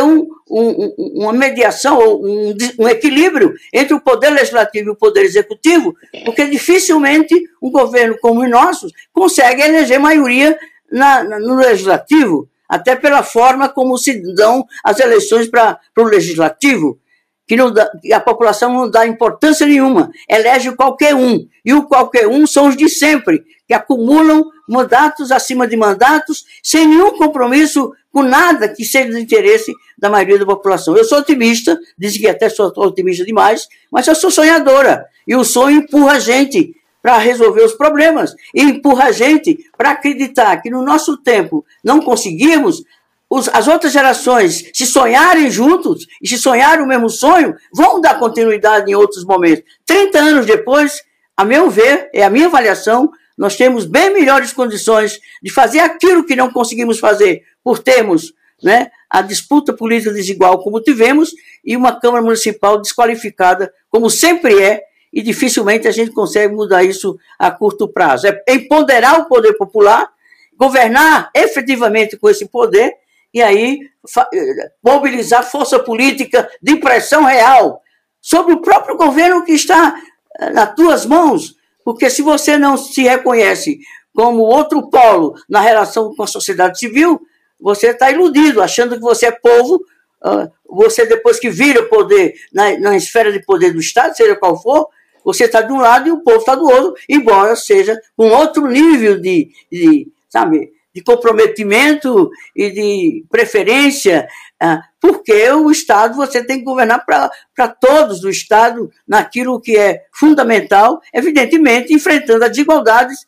uma mediação, um equilíbrio entre o poder legislativo e o poder executivo, porque dificilmente um governo como o nosso consegue eleger maioria no legislativo, até pela forma como se dão as eleições para o legislativo, que a população não dá importância nenhuma, elege qualquer um, e o qualquer um são os de sempre, que acumulam mandatos acima de mandatos, sem nenhum compromisso com nada que seja do interesse da maioria da população. Eu sou otimista, dizem que até sou otimista demais, mas eu sou sonhadora, e o sonho empurra a gente para resolver os problemas, e empurra a gente para acreditar que no nosso tempo não conseguimos. As outras gerações, se sonharem juntos, e se sonharem o mesmo sonho, vão dar continuidade em outros momentos. 30 anos depois, a meu ver, é a minha avaliação, nós temos bem melhores condições de fazer aquilo que não conseguimos fazer por termos, né, a disputa política desigual como tivemos e uma Câmara Municipal desqualificada, como sempre é, e dificilmente a gente consegue mudar isso a curto prazo. É empoderar o poder popular, governar efetivamente com esse poder e aí mobilizar força política de pressão real sobre o próprio governo que está nas tuas mãos, porque se você não se reconhece como outro polo na relação com a sociedade civil, você está iludido, achando que você é povo. Você, depois que vira o poder na esfera de poder do Estado, seja qual for, você está de um lado e o povo está do outro, embora seja com outro nível de comprometimento e de preferência, porque o Estado você tem que governar para todos do Estado naquilo que é fundamental, evidentemente enfrentando as desigualdades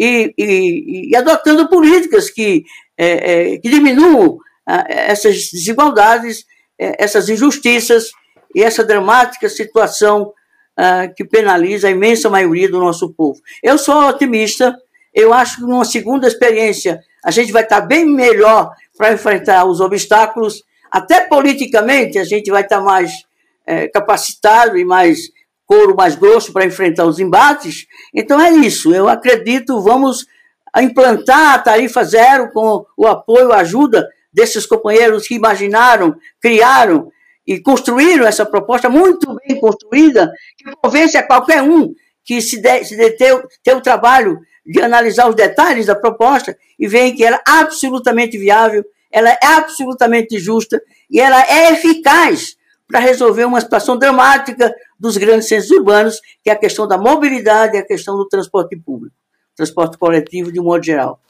e adotando políticas que diminuam essas desigualdades, essas injustiças e essa dramática situação que penaliza a imensa maioria do nosso povo. Eu sou otimista, eu acho que numa segunda experiência a gente vai estar bem melhor para enfrentar os obstáculos, até politicamente a gente vai estar mais capacitado e mais couro mais grosso para enfrentar os embates. Então é isso, eu acredito, vamos implantar a tarifa zero com o apoio, a ajuda desses companheiros que imaginaram, criaram e construíram essa proposta muito bem construída, que convence a qualquer um que se ter o trabalho de analisar os detalhes da proposta e ver que ela é absolutamente viável, ela é absolutamente justa e ela é eficaz, para resolver uma situação dramática dos grandes centros urbanos, que é a questão da mobilidade e a questão do transporte público, transporte coletivo de um modo geral.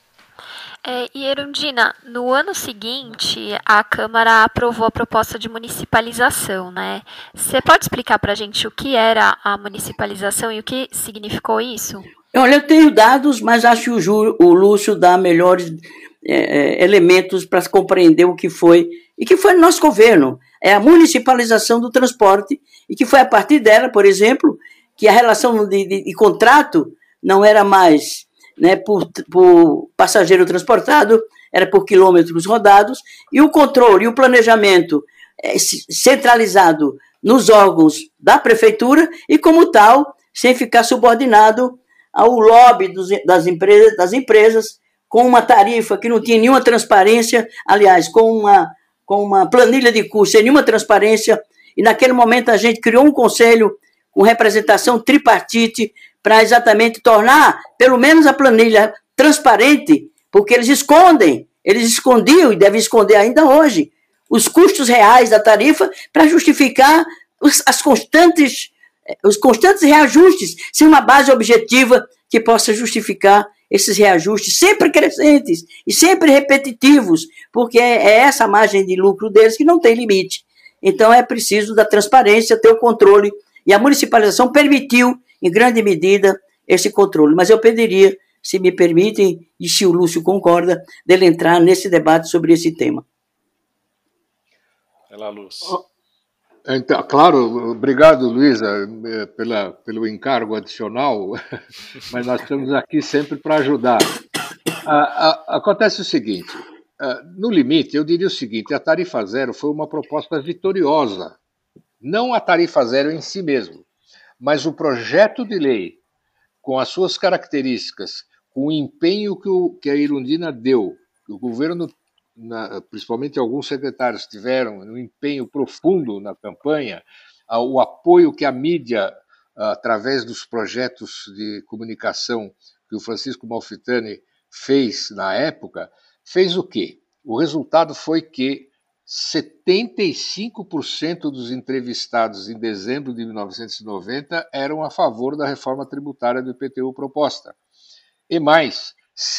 E Erundina, no ano seguinte, a Câmara aprovou a proposta de municipalização, né? Você pode explicar para a gente o que era a municipalização e o que significou isso? Olha, eu tenho dados, mas acho que o Lúcio dá melhores elementos para compreender o que foi, e que foi no nosso governo. É a municipalização do transporte, e que foi a partir dela, por exemplo, que a relação de contrato não era mais, né, por passageiro transportado, era por quilômetros rodados, e o controle e o planejamento centralizado nos órgãos da prefeitura, e como tal, sem ficar subordinado ao lobby das empresas, com uma tarifa que não tinha nenhuma transparência, aliás, com uma planilha de custo sem nenhuma transparência, e naquele momento a gente criou um conselho com representação tripartite para exatamente tornar, pelo menos a planilha transparente, porque eles escondiam e devem esconder ainda hoje, os custos reais da tarifa para justificar os constantes reajustes, sem uma base objetiva que possa justificar esses reajustes sempre crescentes e sempre repetitivos, porque é essa margem de lucro deles que não tem limite. Então é preciso da transparência, ter o controle, e a municipalização permitiu, em grande medida, esse controle. Mas eu pediria, se me permitem, e se o Lúcio concorda, dele entrar nesse debate sobre esse tema. Vai lá, Lúcio. Então, claro, obrigado, Luísa, pelo encargo adicional, mas nós estamos aqui sempre para ajudar. Acontece o seguinte, no limite, eu diria o seguinte, a tarifa zero foi uma proposta vitoriosa, não a tarifa zero em si mesmo, mas o projeto de lei, com as suas características, com o empenho que a Erundina deu, que o governo, principalmente alguns secretários, tiveram um empenho profundo na campanha, o apoio que a mídia, através dos projetos de comunicação que o Francisco Malfitani fez na época, fez o quê? O resultado foi que 75% dos entrevistados em dezembro de 1990 eram a favor da reforma tributária do IPTU proposta. E mais,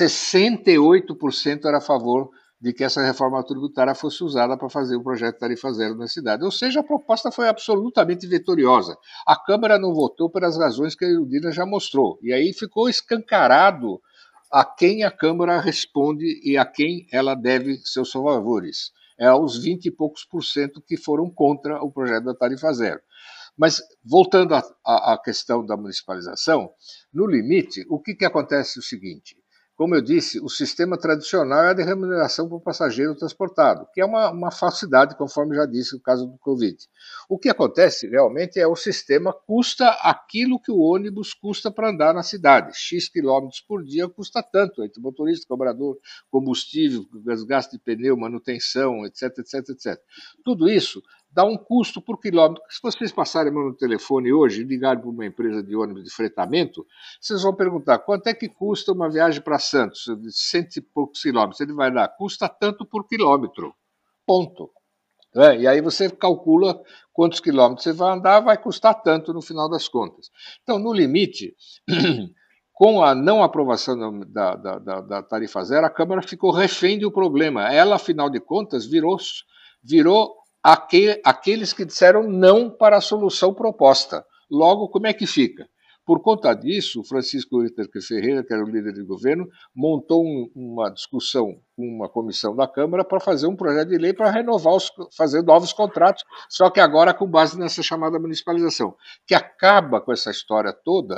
68% era a favor de que essa reforma tributária fosse usada para fazer um projeto de tarifa zero na cidade. Ou seja, a proposta foi absolutamente vitoriosa. A Câmara não votou pelas razões que a Erundina já mostrou. E aí ficou escancarado a quem a Câmara responde e a quem ela deve seus favores. É aos 20 e poucos % que foram contra o projeto da tarifa zero. Mas, voltando à questão da municipalização, no limite, o que acontece é o seguinte, como eu disse, o sistema tradicional é a de remuneração por passageiro transportado, que é uma falsidade, conforme já disse no caso do Covid. O que acontece realmente é o sistema custa aquilo que o ônibus custa para andar na cidade. X quilômetros por dia custa tanto, entre motorista, cobrador, combustível, desgaste de pneu, manutenção, etc, etc, etc. Tudo isso dá um custo por quilômetro. Se vocês passarem no telefone hoje e ligarem para uma empresa de ônibus de fretamento, vocês vão perguntar quanto é que custa uma viagem para Santos, de 100 e poucos quilômetros. Ele vai dar, custa tanto por quilômetro. Ponto. E aí você calcula quantos quilômetros você vai andar, vai custar tanto no final das contas. Então, no limite, com a não aprovação da tarifa zero, a Câmara ficou refém do problema. Ela, afinal de contas, virou aqueles que disseram não para a solução proposta. Logo, como é que fica? Por conta disso, o Francisco Uritarque Ferreira, que era o líder de governo, montou uma discussão com uma comissão da Câmara para fazer um projeto de lei para renovar, fazer novos contratos, só que agora com base nessa chamada municipalização, que acaba com essa história toda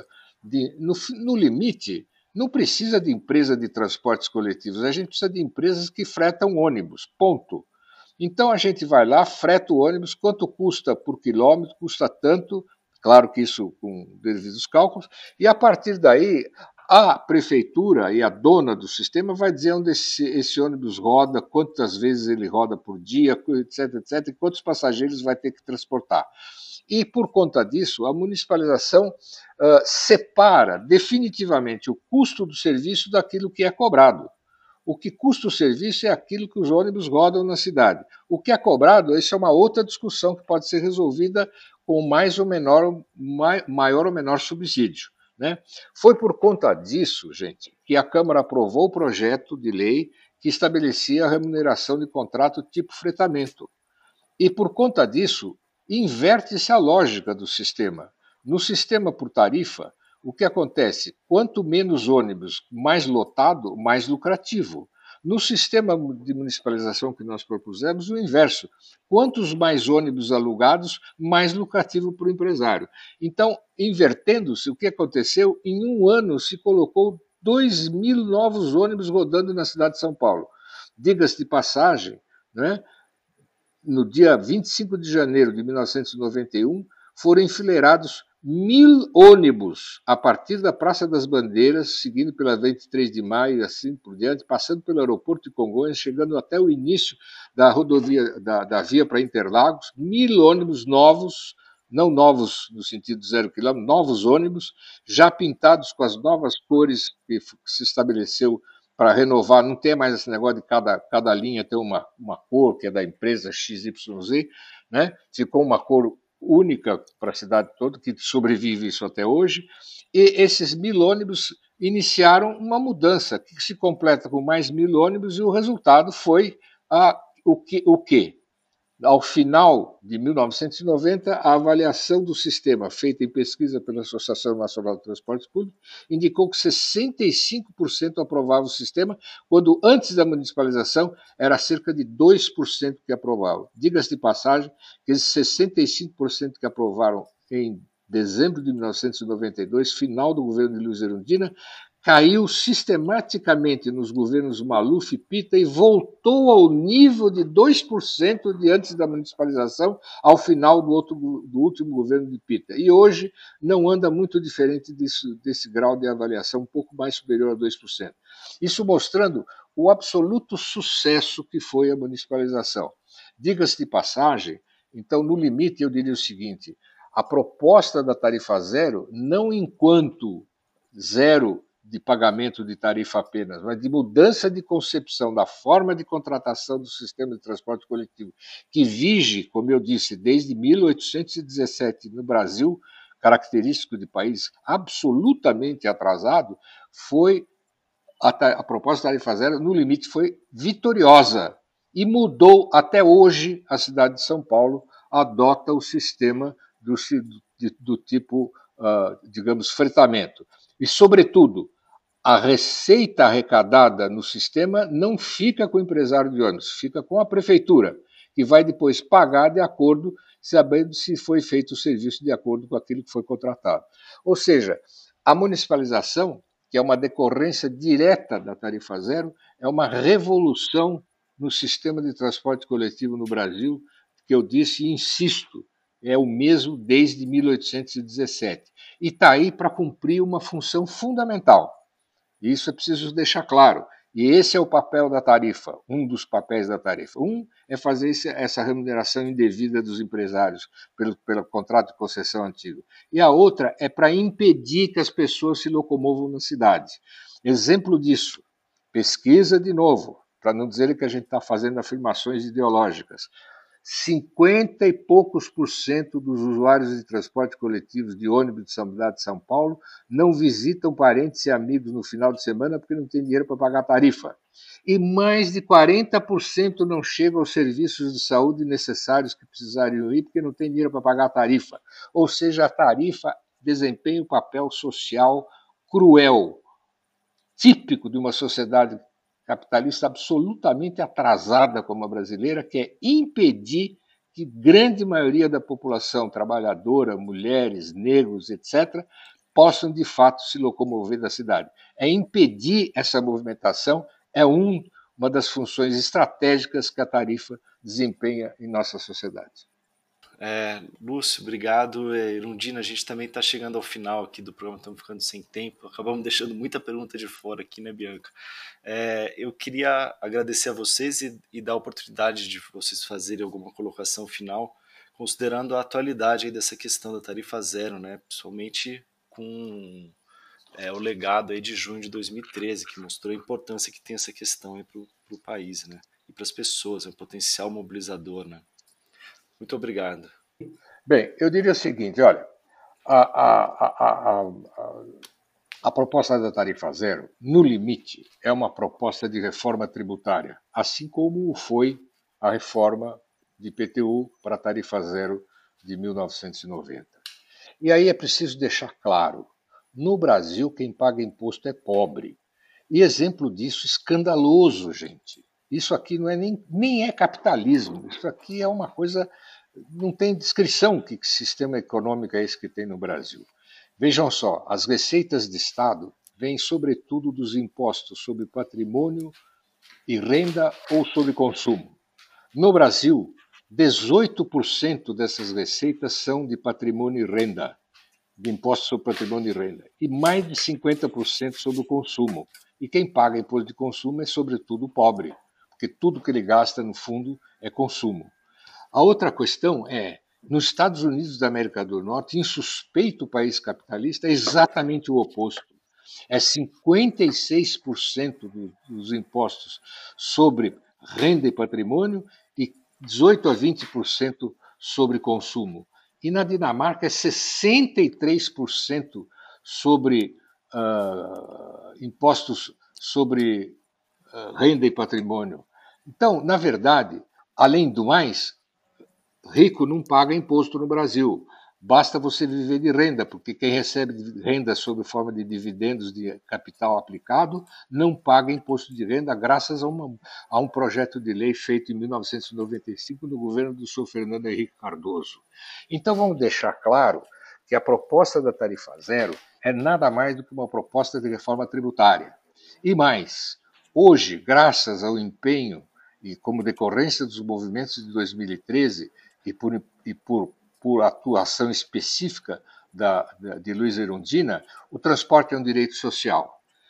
no limite. Não precisa de empresa de transportes coletivos, a gente precisa de empresas que fretam ônibus, ponto. Então a gente vai lá, freta o ônibus, quanto custa por quilômetro, custa tanto, claro que isso com devidos cálculos, e a partir daí a prefeitura e a dona do sistema vai dizer onde esse ônibus roda, quantas vezes ele roda por dia, etc, etc, e quantos passageiros vai ter que transportar. E por conta disso, a municipalização separa definitivamente o custo do serviço daquilo que é cobrado. O que custa o serviço é aquilo que os ônibus rodam na cidade. O que é cobrado, isso é uma outra discussão que pode ser resolvida com maior ou menor subsídio. Né? Foi por conta disso, gente, que a Câmara aprovou o projeto de lei que estabelecia a remuneração de contrato tipo fretamento. E por conta disso, inverte-se a lógica do sistema. No sistema por tarifa, o que acontece? Quanto menos ônibus, mais lotado, mais lucrativo. No sistema de municipalização que nós propusemos, o inverso. Quantos mais ônibus alugados, mais lucrativo para o empresário. Então, invertendo-se, o que aconteceu? Em um ano se colocou 2.000 novos ônibus rodando na cidade de São Paulo. Diga-se de passagem, né? No dia 25 de janeiro de 1991, foram enfileirados 1.000 ônibus a partir da Praça das Bandeiras, seguindo pela 23 de maio e assim por diante, passando pelo aeroporto de Congonhas, chegando até o início da rodovia, da via para Interlagos, 1.000 ônibus novos, não novos no sentido de 0 km, novos ônibus, já pintados com as novas cores que se estabeleceu para renovar, não tem mais esse negócio de cada linha ter uma cor, que é da empresa XYZ, né? Ficou uma cor única para a cidade toda, que sobrevive isso até hoje, e esses 1.000 ônibus iniciaram uma mudança, que se completa com mais 1.000 ônibus, e o resultado foi o quê? Ao final de 1990, a avaliação do sistema, feita em pesquisa pela Associação Nacional de Transportes Públicos, indicou que 65% aprovava o sistema, quando antes da municipalização era cerca de 2% que aprovavam. Diga-se de passagem que esses 65% que aprovaram em dezembro de 1992, final do governo de Luiz Erundina, caiu sistematicamente nos governos Maluf e Pita e voltou ao nível de 2% de antes da municipalização, ao final do último governo de Pita. E hoje não anda muito diferente desse grau de avaliação, um pouco mais superior a 2%. Isso mostrando o absoluto sucesso que foi a municipalização. Diga-se de passagem, então, no limite, eu diria o seguinte: a proposta da tarifa zero, não enquanto zero de pagamento de tarifa apenas, mas de mudança de concepção da forma de contratação do sistema de transporte coletivo, que vige, como eu disse, desde 1817 no Brasil, característico de país absolutamente atrasado, foi a proposta da tarifa zero, no limite, foi vitoriosa e mudou até hoje. A cidade de São Paulo adota o sistema do tipo, digamos, fretamento. E, sobretudo, a receita arrecadada no sistema não fica com o empresário de ônibus, fica com a prefeitura, que vai depois pagar de acordo, sabendo se foi feito o serviço de acordo com aquilo que foi contratado. Ou seja, a municipalização, que é uma decorrência direta da tarifa zero, é uma revolução no sistema de transporte coletivo no Brasil, que eu disse e insisto, é o mesmo desde 1817. E está aí para cumprir uma função fundamental. Isso é preciso deixar claro. E esse é o papel da tarifa, um dos papéis da tarifa. Um é fazer essa remuneração indevida dos empresários pelo contrato de concessão antigo. E a outra é para impedir que as pessoas se locomovam na cidade. Exemplo disso, pesquisa de novo, para não dizer que a gente está fazendo afirmações ideológicas. 50 e poucos % dos usuários de transporte coletivos de ônibus de cidade de São Paulo não visitam parentes e amigos no final de semana porque não tem dinheiro para pagar a tarifa. E mais de 40% não chegam aos serviços de saúde necessários que precisariam ir porque não tem dinheiro para pagar a tarifa. Ou seja, a tarifa desempenha um papel social cruel, típico de uma sociedade capitalista absolutamente atrasada como a brasileira, que é impedir que grande maioria da população trabalhadora, mulheres, negros, etc., possam de fato se locomover da cidade. É impedir essa movimentação, é uma das funções estratégicas que a tarifa desempenha em nossa sociedade. Lúcio, obrigado. Erundina, a gente também está chegando ao final aqui do programa, estamos ficando sem tempo, acabamos deixando muita pergunta de fora aqui, né, Bianca? Eu queria agradecer a vocês e dar a oportunidade de vocês fazerem alguma colocação final, considerando a atualidade aí dessa questão da tarifa zero, né, principalmente com o legado aí de junho de 2013, que mostrou a importância que tem essa questão aí para o país, né? E para as pessoas, é um potencial mobilizador, né? Muito obrigado. Bem, eu diria o seguinte, olha, a proposta da tarifa zero, no limite, é uma proposta de reforma tributária, assim como foi a reforma de IPTU para a tarifa zero de 1990. E aí é preciso deixar claro, no Brasil quem paga imposto é pobre. E exemplo disso escandaloso, gente. Isso aqui não é nem é capitalismo, isso aqui é uma coisa, não tem descrição que sistema econômico é esse que tem no Brasil. Vejam só, as receitas de Estado vêm sobretudo dos impostos sobre patrimônio e renda ou sobre consumo. No Brasil, 18% dessas receitas são de patrimônio e renda, de impostos sobre patrimônio e renda, e mais de 50% sobre o consumo. E quem paga imposto de consumo é sobretudo o pobre, porque tudo que ele gasta, no fundo, é consumo. A outra questão é, nos Estados Unidos da América do Norte, insuspeito país capitalista, é exatamente o oposto. É 56% dos impostos sobre renda e patrimônio e 18 a 20% sobre consumo. E na Dinamarca é 63% sobre impostos sobre renda e patrimônio. Então, na verdade, além do mais, rico não paga imposto no Brasil. Basta você viver de renda, porque quem recebe renda sob forma de dividendos de capital aplicado não paga imposto de renda, graças a um projeto de lei feito em 1995 no governo do senhor Fernando Henrique Cardoso. Então vamos deixar claro que a proposta da tarifa zero é nada mais do que uma proposta de reforma tributária. E mais, hoje, graças ao empenho e como decorrência dos movimentos de 2013 e por atuação específica de Luiz Erundina, o transporte é um direito social.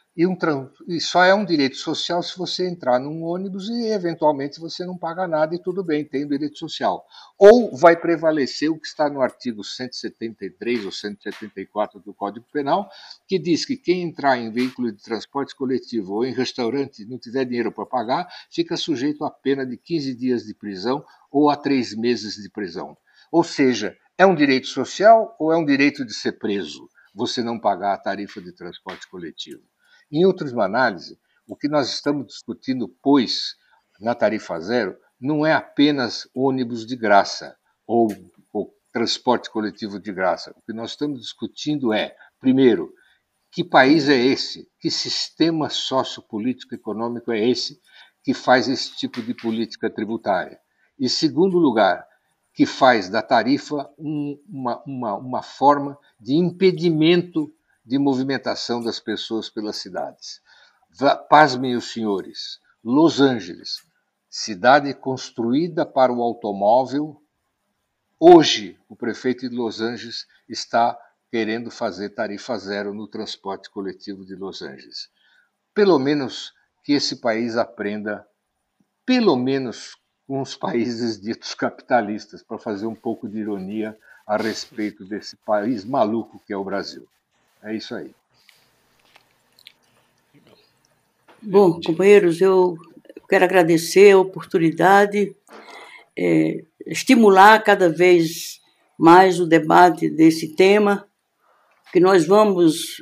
E só é um direito social se você entrar num ônibus e, eventualmente, você não paga nada e tudo bem, tem direito social. Ou vai prevalecer o que está no artigo 173 ou 174 do Código Penal, que diz que quem entrar em veículo de transporte coletivo ou em restaurante e não tiver dinheiro para pagar, fica sujeito à pena de 15 dias de prisão ou a 3 meses de prisão. Ou seja, é um direito social ou é um direito de ser preso você não pagar a tarifa de transporte coletivo? Em última análise, o que nós estamos discutindo, pois, na tarifa zero, não é apenas ônibus de graça ou transporte coletivo de graça. O que nós estamos discutindo é, primeiro, que país é esse? Que sistema sociopolítico econômico é esse que faz esse tipo de política tributária? E, segundo lugar, que faz da tarifa uma forma de impedimento de movimentação das pessoas pelas cidades. Pasmem os senhores, Los Angeles, cidade construída para o automóvel, hoje o prefeito de Los Angeles está querendo fazer tarifa zero no transporte coletivo de Los Angeles. Pelo menos que esse país aprenda, pelo menos com os países ditos capitalistas, para fazer um pouco de ironia a respeito desse país maluco que é o Brasil. É isso aí. Bom, companheiros, eu quero agradecer a oportunidade, estimular cada vez mais o debate desse tema, que nós vamos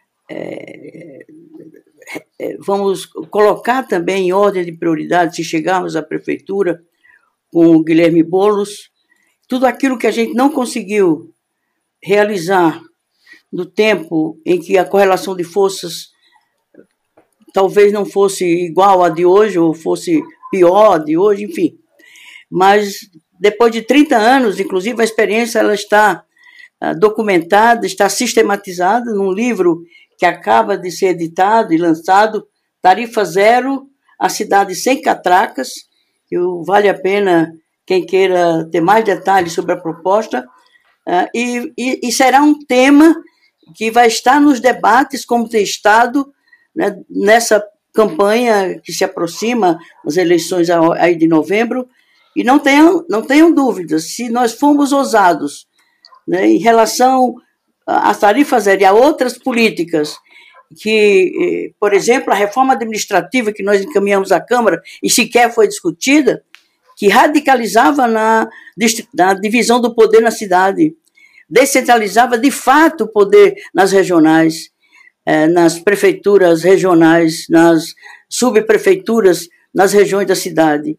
colocar também em ordem de prioridade, se chegarmos à prefeitura com o Guilherme Boulos, tudo aquilo que a gente não conseguiu realizar no tempo em que a correlação de forças talvez não fosse igual à de hoje, ou fosse pior de hoje, enfim. Mas depois de 30 anos, inclusive, a experiência ela está documentada, está sistematizada num livro que acaba de ser editado e lançado, Tarifa Zero, a cidade sem catracas, que vale a pena quem queira ter mais detalhes sobre a proposta, e será um tema que vai estar nos debates, como tem estado, né, nessa campanha que se aproxima, as eleições aí de novembro, e não tenham dúvidas, se nós formos ousados, né, em relação às tarifas e a outras políticas que, por exemplo, a reforma administrativa que nós encaminhamos à Câmara e sequer foi discutida, que radicalizava na divisão do poder na cidade, descentralizava de fato o poder nas regionais, nas prefeituras regionais, nas subprefeituras, nas regiões da cidade,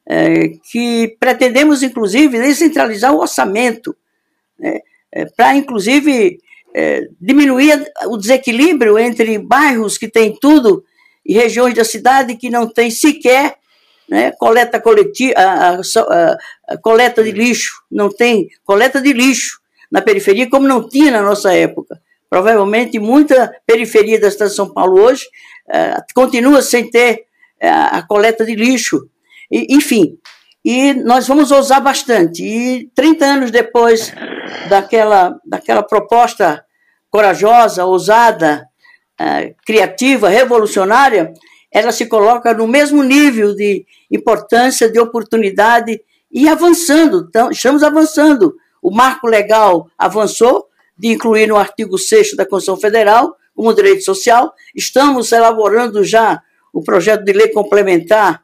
que pretendemos, inclusive, descentralizar o orçamento, para, inclusive, diminuir o desequilíbrio entre bairros que têm tudo e regiões da cidade que não têm sequer, né, coleta coletiva, a coleta de lixo, não tem coleta de lixo na periferia, como não tinha na nossa época. Provavelmente muita periferia da cidade de São Paulo hoje continua sem ter a coleta de lixo. Enfim, e nós vamos ousar bastante. E 30 anos depois daquela proposta corajosa, ousada, criativa, revolucionária, ela se coloca no mesmo nível de importância, de oportunidade e avançando. Então, estamos avançando. O marco legal avançou, de incluir no artigo 6º da Constituição Federal como direito social. Estamos elaborando já o projeto de lei complementar,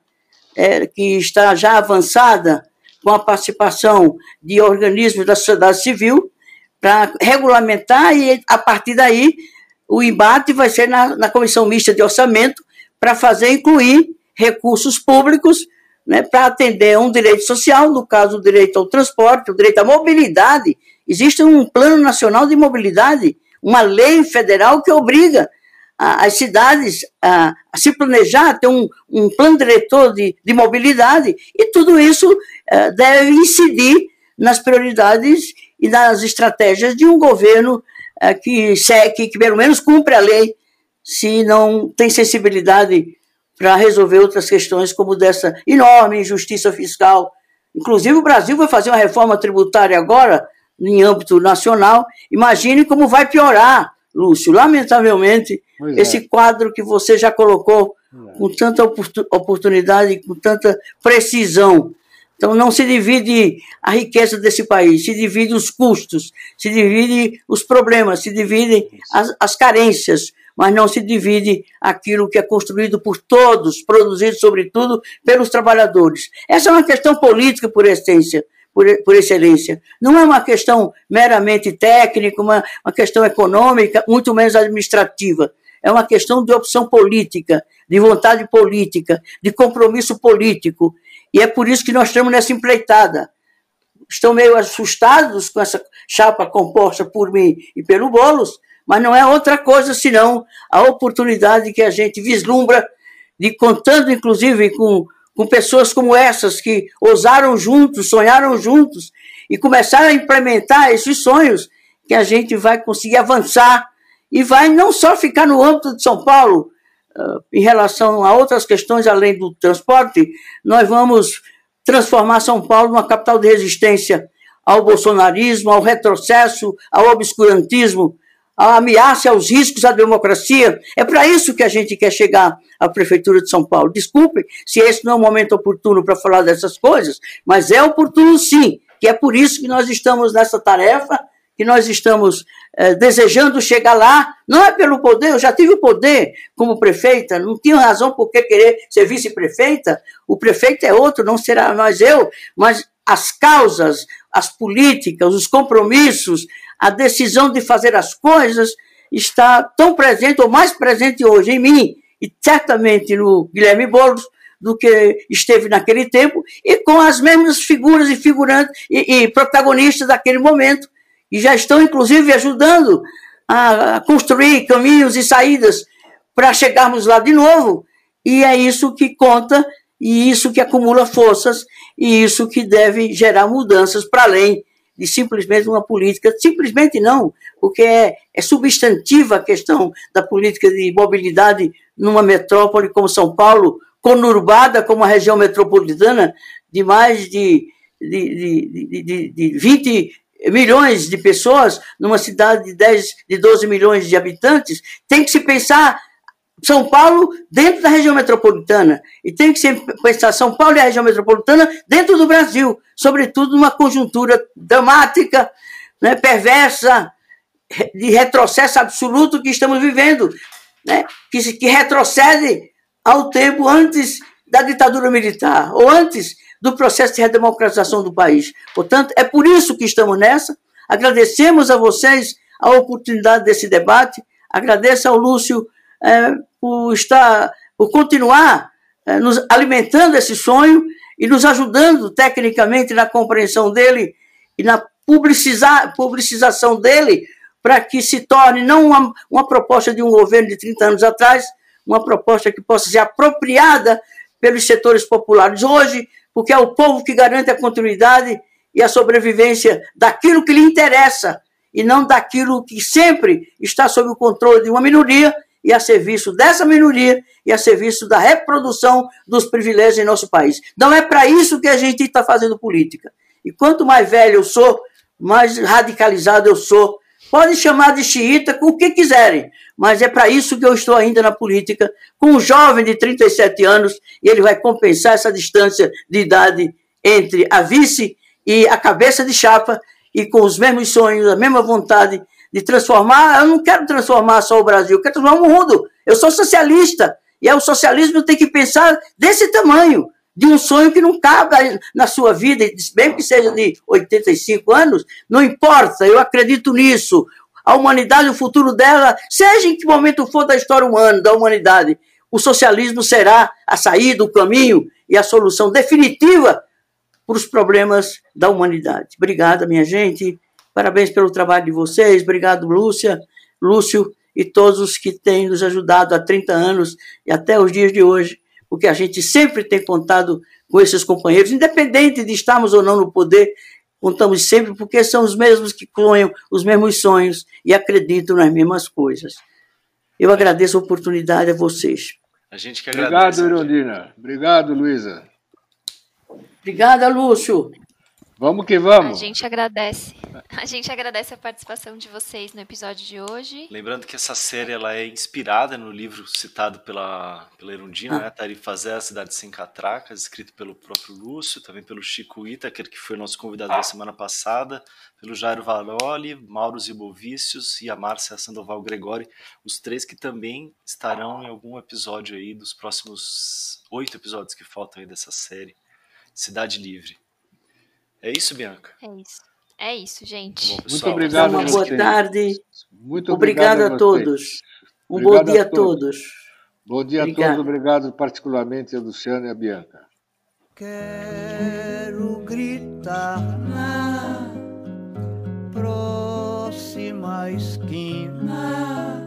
que está já avançada, com a participação de organismos da sociedade civil, para regulamentar, e a partir daí o embate vai ser na Comissão Mista de Orçamento, para fazer incluir recursos públicos, né, para atender um direito social, no caso o direito ao transporte, o direito à mobilidade. Existe um Plano Nacional de Mobilidade, uma lei federal que obriga as cidades a se planejar, a ter um plano diretor de mobilidade, e tudo isso deve incidir nas prioridades e nas estratégias de um governo que pelo menos cumpre a lei, se não tem sensibilidade para resolver outras questões como dessa enorme injustiça fiscal. Inclusive o Brasil vai fazer uma reforma tributária agora, em âmbito nacional. Imagine como vai piorar, Lúcio, lamentavelmente, esse quadro que você já colocou com tanta oportunidade, com tanta precisão. Então, não se divide a riqueza desse país, se divide os custos, se divide os problemas, se dividem as carências, mas não se divide aquilo que é construído por todos, produzido, sobretudo, pelos trabalhadores. Essa é uma questão política por essência, por excelência. Não é uma questão meramente técnica, uma questão econômica, muito menos administrativa. É uma questão de opção política, de vontade política, de compromisso político. E é por isso que nós estamos nessa empreitada. Estão meio assustados com essa chapa composta por mim e pelo Boulos, mas não é outra coisa senão a oportunidade que a gente vislumbra de, contando inclusive com pessoas como essas que ousaram juntos, sonharam juntos e começaram a implementar esses sonhos, que a gente vai conseguir avançar e vai não só ficar no âmbito de São Paulo, em relação a outras questões além do transporte. Nós vamos transformar São Paulo numa capital de resistência ao bolsonarismo, ao retrocesso, ao obscurantismo, à ameaça, aos riscos à democracia. É para isso que a gente quer chegar à Prefeitura de São Paulo. Desculpe se esse não é o momento oportuno para falar dessas coisas, mas é oportuno sim, que é por isso que nós estamos nessa tarefa, que nós estamos desejando chegar lá. Não é pelo poder, eu já tive o poder como prefeita, não tinha razão por que querer ser vice-prefeita. O prefeito é outro, não será mais eu, mas as causas, as políticas, os compromissos, a decisão de fazer as coisas está tão presente, ou mais presente hoje em mim, e certamente no Guilherme Boulos, do que esteve naquele tempo, e com as mesmas figuras e figurantes e protagonistas daquele momento, e já estão, inclusive, ajudando a construir caminhos e saídas para chegarmos lá de novo. E é isso que conta, e isso que acumula forças, e isso que deve gerar mudanças para além de simplesmente uma política. Simplesmente não, porque é substantiva a questão da política de mobilidade numa metrópole como São Paulo, conurbada como a região metropolitana, de mais de 20 milhões de pessoas, numa cidade de 12 milhões de habitantes. Tem que se pensar São Paulo dentro da região metropolitana, e tem que se pensar São Paulo e a região metropolitana dentro do Brasil, sobretudo numa conjuntura dramática, né, perversa, de retrocesso absoluto que estamos vivendo. né, que retrocede ao tempo antes da ditadura militar, ou antes do processo de redemocratização do país. Portanto, é por isso que estamos nessa. Agradecemos a vocês a oportunidade desse debate, agradeço ao Lúcio por continuar nos alimentando esse sonho e nos ajudando tecnicamente na compreensão dele e na publicização dele, para que se torne não uma proposta de um governo de 30 anos atrás, uma proposta que possa ser apropriada pelos setores populares hoje, porque é o povo que garante a continuidade e a sobrevivência daquilo que lhe interessa, e não daquilo que sempre está sob o controle de uma minoria e a serviço dessa minoria e a serviço da reprodução dos privilégios em nosso país. Não é para isso que a gente está fazendo política. E quanto mais velho eu sou, mais radicalizado eu sou. Podem chamar de xiita com o que quiserem, mas é para isso que eu estou ainda na política, com um jovem de 37 anos, e ele vai compensar essa distância de idade entre a vice e a cabeça de chapa, e com os mesmos sonhos, a mesma vontade de transformar. Eu não quero transformar só o Brasil, eu quero transformar o mundo. Eu sou socialista, e o socialismo tem que pensar desse tamanho, de um sonho que não cabe na sua vida, mesmo que seja de 85 anos, não importa, eu acredito nisso. A humanidade, o futuro dela, seja em que momento for da história humana, da humanidade, o socialismo será a saída, o caminho e a solução definitiva para os problemas da humanidade. Obrigada, minha gente. Parabéns pelo trabalho de vocês. Obrigado, Lúcio e todos os que têm nos ajudado há 30 anos e até os dias de hoje, porque a gente sempre tem contado com esses companheiros, independente de estarmos ou não no poder, contamos sempre porque são os mesmos que sonham os mesmos sonhos e acreditam nas mesmas coisas. Eu agradeço a oportunidade a vocês. A gente que agradece. Obrigado, Erundina. Obrigado, Luísa. Obrigada, Lúcio. Vamos que vamos. A gente agradece. A gente agradece a participação de vocês no episódio de hoje. Lembrando que essa série ela é inspirada no livro citado pela Erundina, né? Tarifas é a Cidade Sem Catracas, escrito pelo próprio Lúcio, também pelo Chico Itaker, que foi nosso convidado da semana passada, pelo Jairo Valoli, Mauro Zibovicius e a Márcia Sandoval Gregori, os três que também estarão em algum episódio aí dos próximos 8 episódios que faltam aí dessa série Cidade Livre. É isso, Bianca? É isso, gente. Bom, pessoal, muito obrigado. Uma boa tarde. Muito obrigado a todos. Um bom dia a todos. Bom dia a todos. Obrigado particularmente a Luciana e a Bianca. Quero gritar na próxima esquina.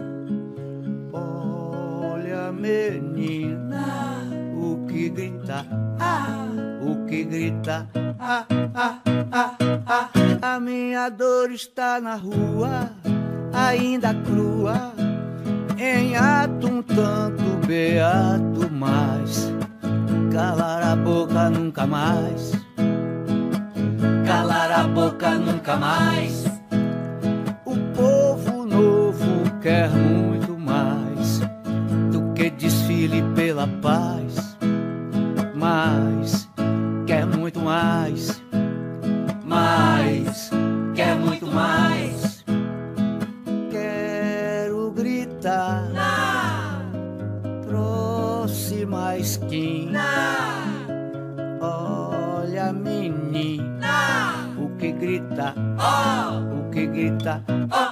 Olha, menina, o que grita, o que grita, a minha dor está na rua, ainda crua, em ato um tanto beato, mas calar a boca nunca mais, calar a boca nunca mais. O povo novo quer muito mais do que desfile pela paz, mas quer muito mais, quer muito mais. Quero gritar na próxima esquina. Olha, menina, o que grita, o que grita.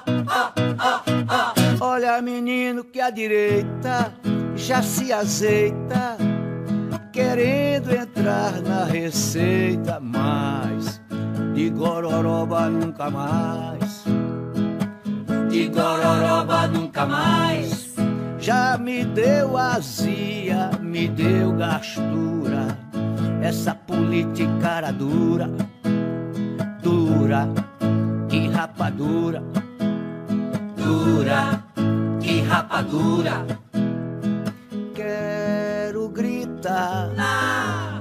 Olha, menino, que a direita já se azeita, querendo entrar na receita, mas de gororoba nunca mais, de gororoba nunca mais. Já me deu azia, me deu gastura, essa politicada dura, dura, que rapadura, dura, que rapadura. Quero gritar na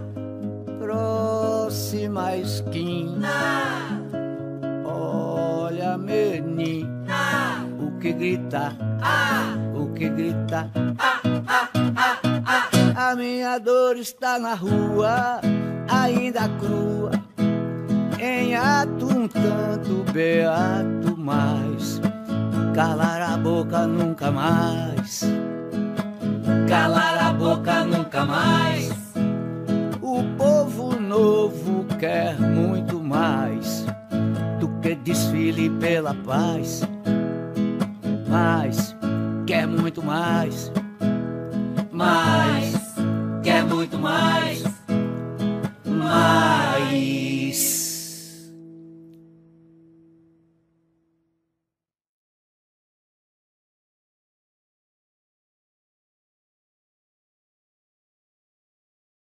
próxima esquina. Olha, menina, o que grita, o que grita. A minha dor está na rua, ainda crua, em ato um tanto beato, mas calar a boca nunca mais. calar a boca nunca mais. O povo novo quer muito mais do que desfile pela paz, mas quer muito mais.